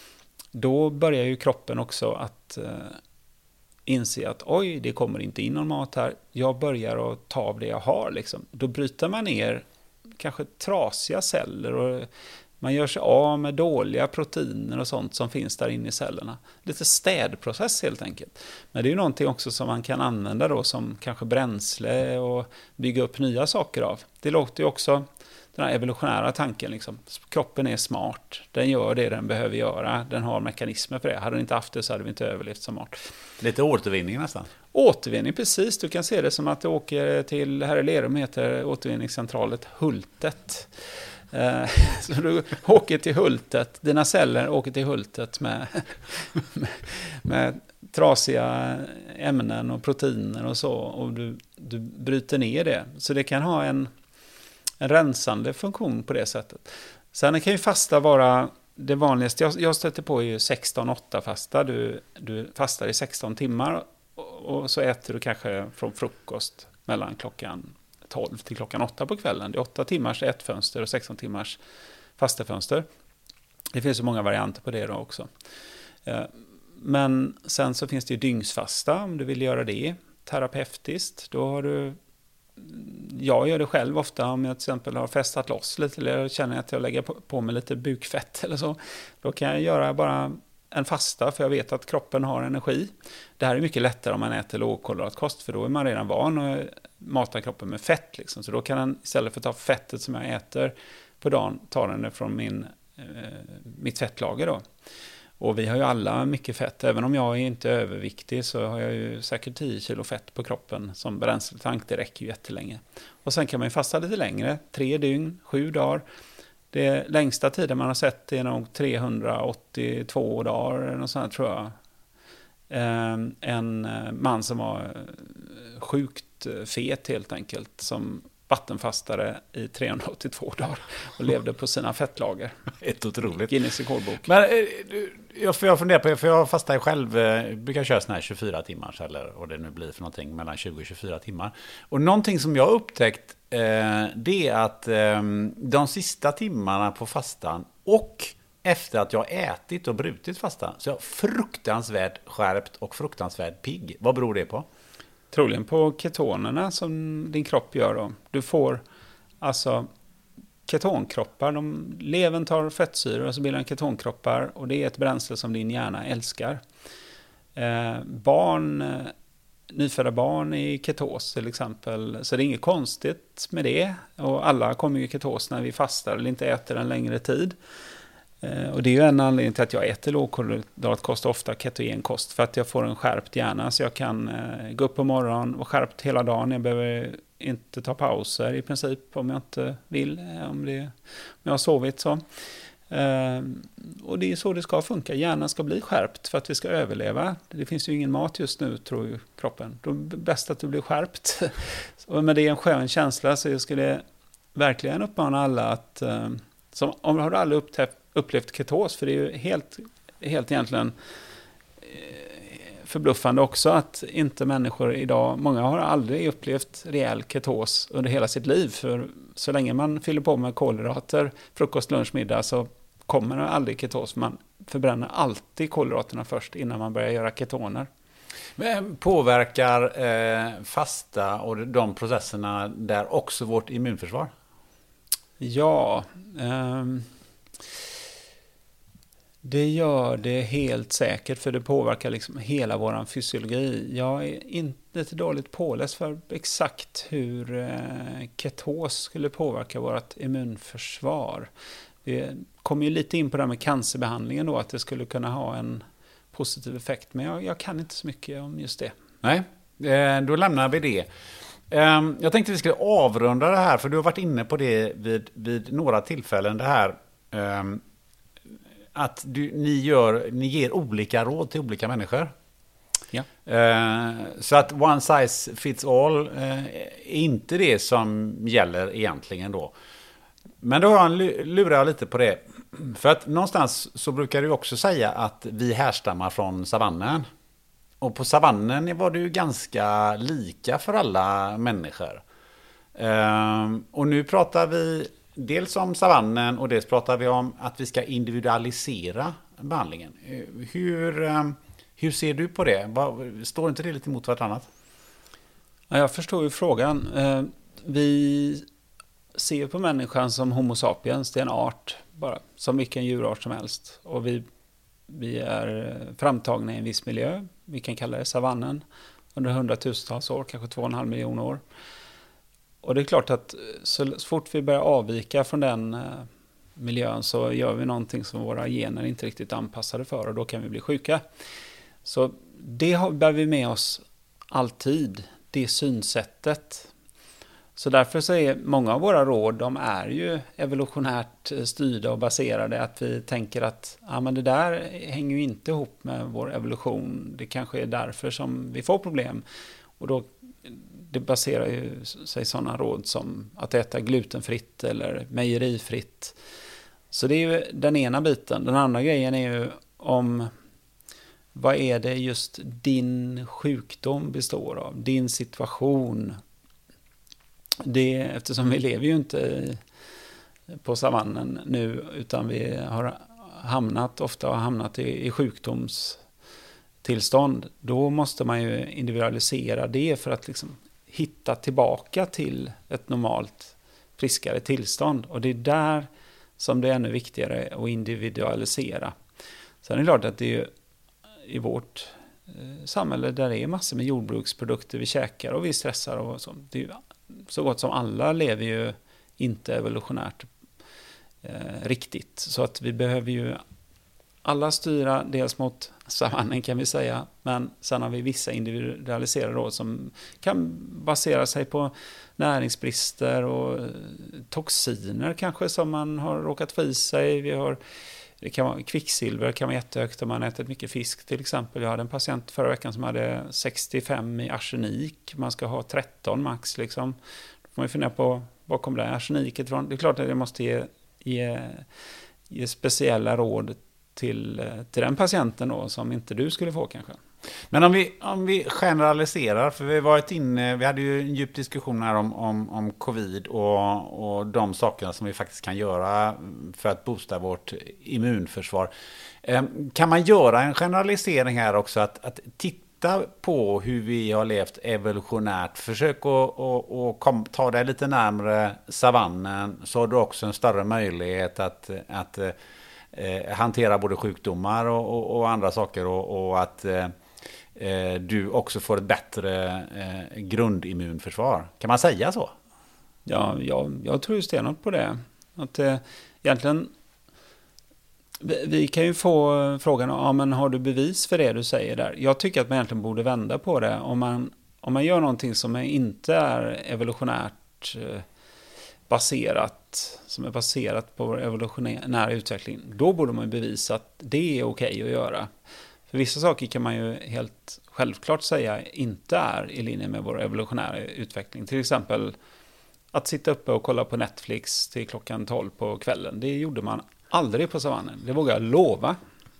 Speaker 3: då börjar ju kroppen också att eh, inse att oj, det kommer inte in någon mat här. Jag börjar att ta av det jag har. Liksom. Då bryter man ner kanske trasiga celler och man gör sig av med dåliga proteiner och sånt som finns där inne i cellerna. Lite städprocess helt enkelt. Men det är ju någonting också som man kan använda då som kanske bränsle och bygga upp nya saker av. Det låter ju också den här evolutionära tanken. Liksom. Kroppen är smart. Den gör det den behöver göra. Den har mekanismer för det. Hade den inte haft det så hade vi inte överlevt som art.
Speaker 4: Lite återvinning nästan.
Speaker 3: Återvinning, precis. Du kan se det som att du åker till, här i Lerum heter återvinningscentralet Hultet. Så du åker till Hultet. Dina celler åker till Hultet med, med, med trasiga ämnen och proteiner och så. Och du, du bryter ner det. Så det kan ha en En rensande funktion på det sättet. Sen kan ju fasta vara det vanligaste. Jag, jag stöter på är ju sexton åtta fasta. Du, du fastar i sexton timmar och, och så äter du kanske från frukost mellan klockan tolv till klockan åtta på kvällen. Det är åtta timmars ätfönster och sexton timmars fastefönster. Det finns så många varianter på det då också. Men sen så finns det ju dygnsfasta om du vill göra det terapeutiskt. Då har du Jag gör det själv ofta om jag till exempel har festat loss lite eller känner att jag lägger på mig lite bukfett eller så. Då kan jag göra bara en fasta för jag vet att kroppen har energi. Det här är mycket lättare om man äter lågkolhydratkost för då är man redan van att mata kroppen med fett. Liksom. Så då kan den istället för att ta fettet som jag äter på dagen ta den från min, eh, mitt fettlager då. Och vi har ju alla mycket fett. Även om jag är inte överviktig så har jag ju säkert tio kilo fett på kroppen som bränsletank. Det räcker ju jättelänge. Och sen kan man ju fasta lite längre. Tre dygn, sju dagar. Det längsta tiden man har sett är nog trehundraåttiotvå dagar eller något sånt, tror jag. En man som var sjukt fet helt enkelt, som vattenfastade i trehundraåttiotvå dagar och levde på sina fettlager.
Speaker 4: Ett otroligt.
Speaker 3: Guinness rekordbok.
Speaker 4: Men jag får jag fundera på, för jag fastar ju själv, brukar köra såna här tjugofyra timmar eller vad det nu blir för någonting, mellan tjugo och tjugofyra timmar. Och någonting som jag har upptäckt eh, det är att eh, de sista timmarna på fastan och efter att jag ätit och brutit fastan så är jag fruktansvärt skärpt och fruktansvärt pigg. Vad beror det på?
Speaker 3: Troligen på ketonerna som din kropp gör då. Du får alltså ketonkroppar. De, levern tar fettsyror och så bildar ketonkroppar. Och det är ett bränsle som din hjärna älskar. Eh, barn, eh, nyfödda barn i ketos till exempel. Så det är inget konstigt med det. Och alla kommer ju i ketos när vi fastar eller inte äter en längre tid. Och det är ju en anledning till att jag äter lågkolhydratkost, ofta ketogenkost, för att jag får en skärpt hjärna så jag kan eh, gå upp på morgonen och skärpt hela dagen. Jag behöver inte ta pauser i princip om jag inte vill, om, det, om jag har sovit så. Eh, och det är så det ska funka. Hjärnan ska bli skärpt för att vi ska överleva. Det finns ju ingen mat just nu, tror ju kroppen. Då är det bäst att du blir skärpt. Men det är en skön känsla, så jag skulle verkligen uppmana alla att eh, som, om har du aldrig upptäckt upplevt ketos, för det är ju helt, helt egentligen förbluffande också att inte människor idag, många har aldrig upplevt rejäl ketos under hela sitt liv, för så länge man fyller på med kolhydrater, frukost, lunch, middag, så kommer det aldrig ketos. Man förbränner alltid kolhydraterna först innan man börjar göra ketoner.
Speaker 4: Men påverkar eh, fasta och de processerna där också vårt immunförsvar?
Speaker 3: Ja, ehm det gör det helt säkert, för det påverkar liksom hela vår fysiologi. Jag är inte till dåligt påläst för exakt hur eh, ketos skulle påverka vårt immunförsvar. Vi kommer ju lite in på det här med cancerbehandlingen då, att det skulle kunna ha en positiv effekt, men jag, jag kan inte så mycket om just det.
Speaker 4: Nej, eh, då lämnar vi det. Eh, jag tänkte vi skulle avrunda det här, för du har varit inne på det vid, vid några tillfällen, det här eh, att du, ni, gör, ni ger olika råd till olika människor.
Speaker 3: Ja.
Speaker 4: Eh, så att one size fits all eh, är inte det som gäller egentligen då. Men då har jag lurar jag lite på det. För att någonstans så brukar du också säga att vi härstammar från savannen. Och på savannen var det ju ganska lika för alla människor. Eh, och nu pratar vi dels om savannen och dels pratar vi om att vi ska individualisera behandlingen. Hur, hur ser du på det? Står inte det lite emot vartannat?
Speaker 3: Ja, jag förstår ju frågan. Vi ser på människan som homo sapiens. Det är en art, bara som vilken djurart som helst. Och vi, vi är framtagna i en viss miljö. Vi kan kalla det savannen. Under hundratusentals år, kanske två och en halv miljon år. Och det är klart att så fort vi börjar avvika från den eh, miljön så gör vi någonting som våra gener inte riktigt anpassade för, och då kan vi bli sjuka. Så det har, bär vi med oss alltid, det synsättet. Så därför så är många av våra råd, de är ju evolutionärt styrda och baserade, att vi tänker att ja, men det där hänger ju inte ihop med vår evolution. Det kanske är därför som vi får problem. Och då det baserar ju sig sådana råd som att äta glutenfritt eller mejerifritt. Så det är ju den ena biten. Den andra grejen är ju om vad är det just din sjukdom består av, din situation. Det, eftersom vi lever ju inte på savannen nu, utan vi har hamnat, ofta har hamnat i, i sjukdomstillstånd. Då måste man ju individualisera det för att liksom hitta tillbaka till ett normalt friskare tillstånd. Och det är där som det är ännu viktigare att individualisera. Sen är det klart att det är i vårt eh, samhälle där det är massor med jordbruksprodukter vi käkar och vi stressar och så. Det är ju, så gott som alla lever ju inte evolutionärt eh, riktigt. Så att vi behöver ju alla styra dels mot savannen kan vi säga, men sen har vi vissa individualiserade råd som kan basera sig på näringsbrister och toxiner kanske som man har råkat få i sig. Vi har, det kan vara, kvicksilver kan vara jättehögt om man ätit mycket fisk till exempel. Jag hade en patient förra veckan som hade sextiofem i arsenik. Man ska ha tretton max liksom. Då får man fundera på var kommer det arseniket ifrån. Det är klart att det måste ge, ge, ge speciella råd till, till den patienten då, som inte du skulle få kanske.
Speaker 4: Men om vi, om vi generaliserar, för vi har varit inne, vi hade ju en djup diskussion här om, om, om covid och, och de sakerna som vi faktiskt kan göra för att boosta vårt immunförsvar. Kan man göra en generalisering här också, att, att titta på hur vi har levt evolutionärt, försök att och, och kom, ta det lite närmare savannen, så har du också en större möjlighet att, att eh, hantera både sjukdomar och, och, och andra saker och, och att eh, du också får ett bättre eh, grundimmunförsvar. Kan man säga så?
Speaker 3: Ja, jag, jag tror ju stenhårt på det. Att eh, egentligen vi, vi kan ju få frågan, ja, men har du bevis för det du säger där? Jag tycker att man egentligen borde vända på det. Om man, om man gör någonting som inte är evolutionärt eh, baserat, som är baserat på vår evolutionära utveckling, då borde man bevisa att det är okej att göra. För vissa saker kan man ju helt självklart säga inte är i linje med vår evolutionära utveckling. Till exempel att sitta uppe och kolla på Netflix till klockan tolv på kvällen. Det gjorde man aldrig på savannen. Det vågar jag lova.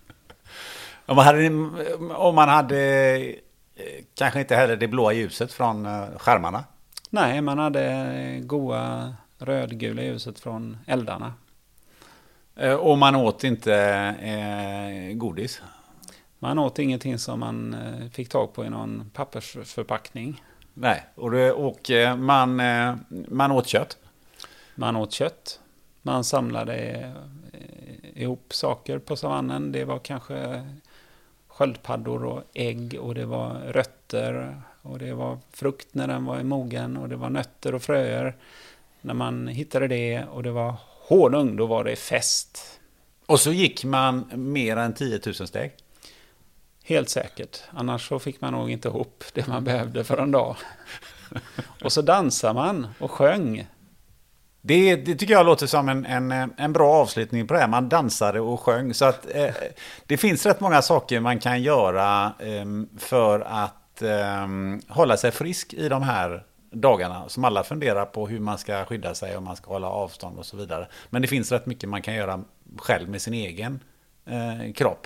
Speaker 4: Om man hade, om man hade kanske inte heller det blåa ljuset från skärmarna?
Speaker 3: Nej, man hade goda rödgula ljuset från eldarna.
Speaker 4: Och man åt inte eh, godis?
Speaker 3: Man åt ingenting som man fick tag på i någon pappersförpackning.
Speaker 4: Nej, och, det, och man, man åt kött?
Speaker 3: Man åt kött. Man samlade ihop saker på savannen. Det var kanske sköldpaddor och ägg och det var rötter och det var frukt när den var i mogen och det var nötter och fröer. När man hittade det och det var honung, då var det fest.
Speaker 4: Och så gick man mer än tio tusen steg?
Speaker 3: Helt säkert. Annars så fick man nog inte ihop det man behövde för en dag. Och så dansar man och sjöng.
Speaker 4: Det, det tycker jag låter som en, en, en bra avslutning på det här. Man dansade och sjöng. Så att eh, det finns rätt många saker man kan göra eh, för att eh, hålla sig frisk i de här dagarna. Som alla funderar på hur man ska skydda sig och man ska hålla avstånd och så vidare. Men det finns rätt mycket man kan göra själv med sin egen eh, kropp.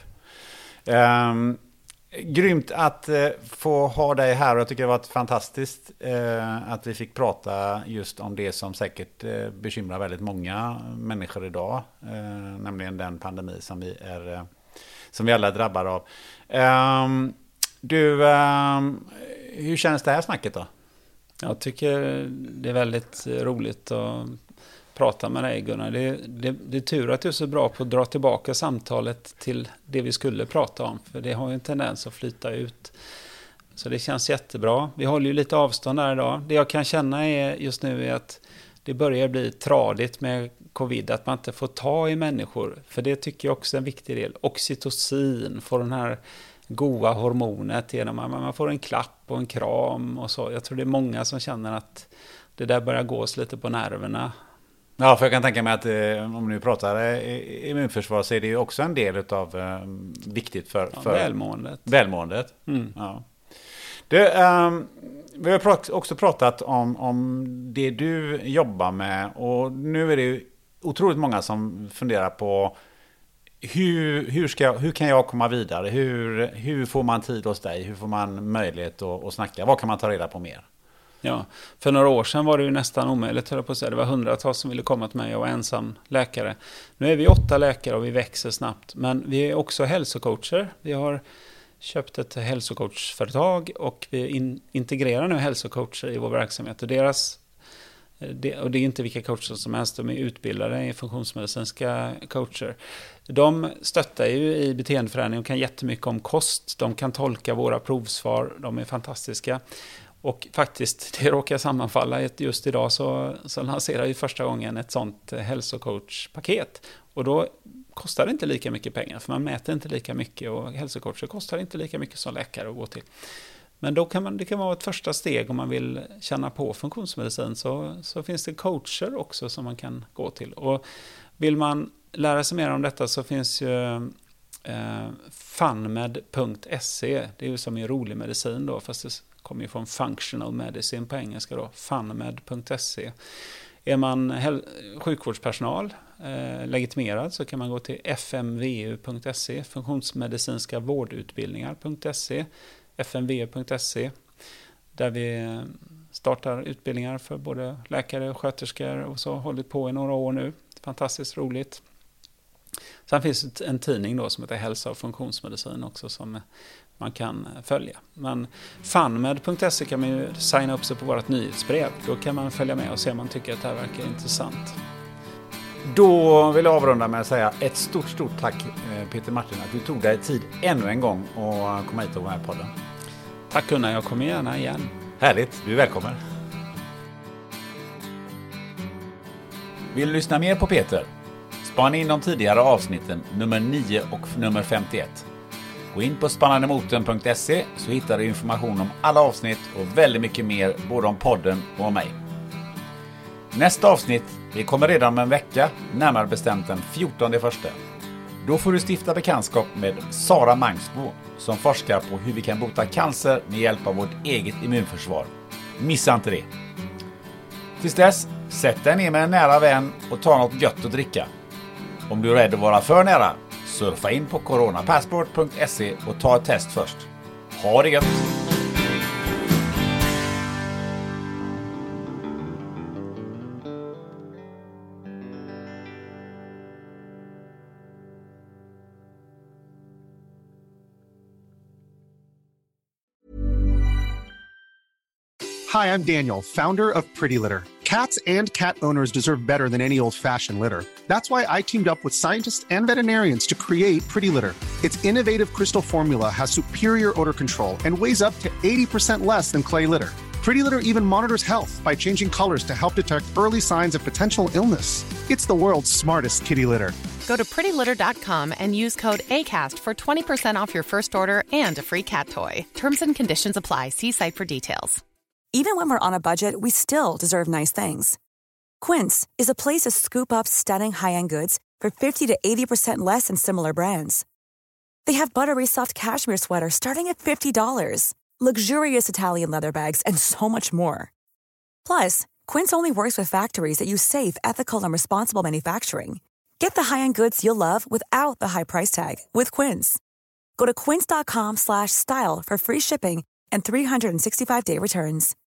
Speaker 4: Um, grymt att uh, få ha dig här och jag tycker det var fantastiskt uh, att vi fick prata just om det som säkert uh, bekymrar väldigt många människor idag, uh, nämligen den pandemi som vi, är, uh, som vi alla är drabbade av. Um, du, uh, hur känns det här snacket då?
Speaker 3: Jag tycker det är väldigt roligt att prata med dig, Gunnar. Det, det, det är tur att du är så bra på att dra tillbaka samtalet till det vi skulle prata om. För det har ju en tendens att flyta ut. Så det känns jättebra. Vi håller ju lite avstånd där idag. Det jag kan känna är just nu är att det börjar bli tradigt med covid. Att man inte får ta i människor. För det tycker jag också är en viktig del. Oxytocin, får den här goda hormonet genom att man får en klapp och en kram och så. Jag tror det är många som känner att det där börjar gås lite på nerverna.
Speaker 4: Ja, för jag kan tänka mig att eh, om nu pratar eh, immunförsvar så är det ju också en del av eh, viktigt för,
Speaker 3: ja,
Speaker 4: för
Speaker 3: välmåendet.
Speaker 4: välmåendet.
Speaker 3: Mm.
Speaker 4: Ja. Det, eh, vi har prat, också pratat om, om det du jobbar med och nu är det ju otroligt många som funderar på hur, hur, ska jag, hur kan jag komma vidare? Hur, hur får man tid hos dig? Hur får man möjlighet att, att snacka? Vad kan man ta reda på mer?
Speaker 3: Ja, för några år sedan var det ju nästan omöjligt, höll jag på att säga. Det var hundratals som ville komma till mig, jag var ensam läkare. Nu är vi åtta läkare och vi växer snabbt. Men vi är också hälsocoacher. Vi har köpt ett hälsocoachföretag och vi in, integrerar nu hälsocoacher i vår verksamhet. Och, deras, det, och det är inte vilka coacher som helst, de är utbildade i funktionsmedicinska coacher. De stöttar ju i beteendeförändring och kan jättemycket om kost. De kan tolka våra provsvar, de är fantastiska. Och faktiskt, det råkar sammanfalla. Just idag så, så lanserar vi första gången ett sånt hälsocoachpaket. Och då kostar det inte lika mycket pengar, för man mäter inte lika mycket, och hälsocoacher kostar inte lika mycket som läkare att gå till. Men då kan man, det kan vara ett första steg om man vill känna på funktionsmedicin, så, så finns det coacher också som man kan gå till. Och vill man lära sig mer om detta så finns ju eh, funmed punkt se, det är ju som i rolig medicin då, fast det kommer ju från functional medicine på engelska då, funmed punkt se. Är man hel- sjukvårdspersonal, eh, legitimerad, så kan man gå till f m v u punkt se, funktionsmedicinska vårdutbildningar punkt se, f m v u punkt se, där vi startar utbildningar för både läkare och sköterskor, och så har hållit på i några år nu. Fantastiskt roligt. Sen finns en tidning då som heter Hälsa och funktionsmedicin också, som man kan följa. Men funmed punkt se kan man ju signa upp sig på vårt nyhetsbrev. Då kan man följa med och se om man tycker att det här verkar intressant.
Speaker 4: Då vill jag avrunda med att säga ett stort, stort tack Peter Martin att du tog dig tid ännu en gång och kom hit och var med på podden.
Speaker 3: Tack Gunnar, jag kommer gärna igen.
Speaker 4: Härligt, du är välkommen. Vill du lyssna mer på Peter? Spana in de tidigare avsnitten nummer nio och nummer femtioett. Gå in på spanandemoten punkt se så hittar du information om alla avsnitt och väldigt mycket mer, både om podden och om mig. Nästa avsnitt, det kommer redan om en vecka, närmare bestämt den fjortonde första. Då får du stifta bekantskap med Sara Mangsbo, som forskar på hur vi kan bota cancer med hjälp av vårt eget immunförsvar. Missa inte det! Tills dess, sätt dig ner med en nära vän och ta något gött att dricka. Om du är rädd att vara för nära, surfa in på coronapassport punkt se och ta ett test först. Ha det gött!
Speaker 8: Hi, I'm Daniel, founder of Pretty Litter. Cats and cat owners deserve better than any old-fashioned litter. That's why I teamed up with scientists and veterinarians to create Pretty Litter. Its innovative crystal formula has superior odor control and weighs up to eighty percent less than clay litter. Pretty Litter even monitors health by changing colors to help detect early signs of potential illness. It's the world's smartest kitty litter.
Speaker 9: Go to pretty litter dot com and use code ACAST for twenty percent off your first order and a free cat toy. Terms and conditions apply. See site for details.
Speaker 10: Even when we're on a budget, we still deserve nice things. Quince is a place to scoop up stunning high-end goods for fifty to eighty percent less than similar brands. They have buttery soft cashmere sweaters starting at fifty dollars, luxurious Italian leather bags, and so much more. Plus, Quince only works with factories that use safe, ethical, and responsible manufacturing. Get the high-end goods you'll love without the high price tag with Quince. Go to quince dot com slash style for free shipping and three hundred sixty-five day returns.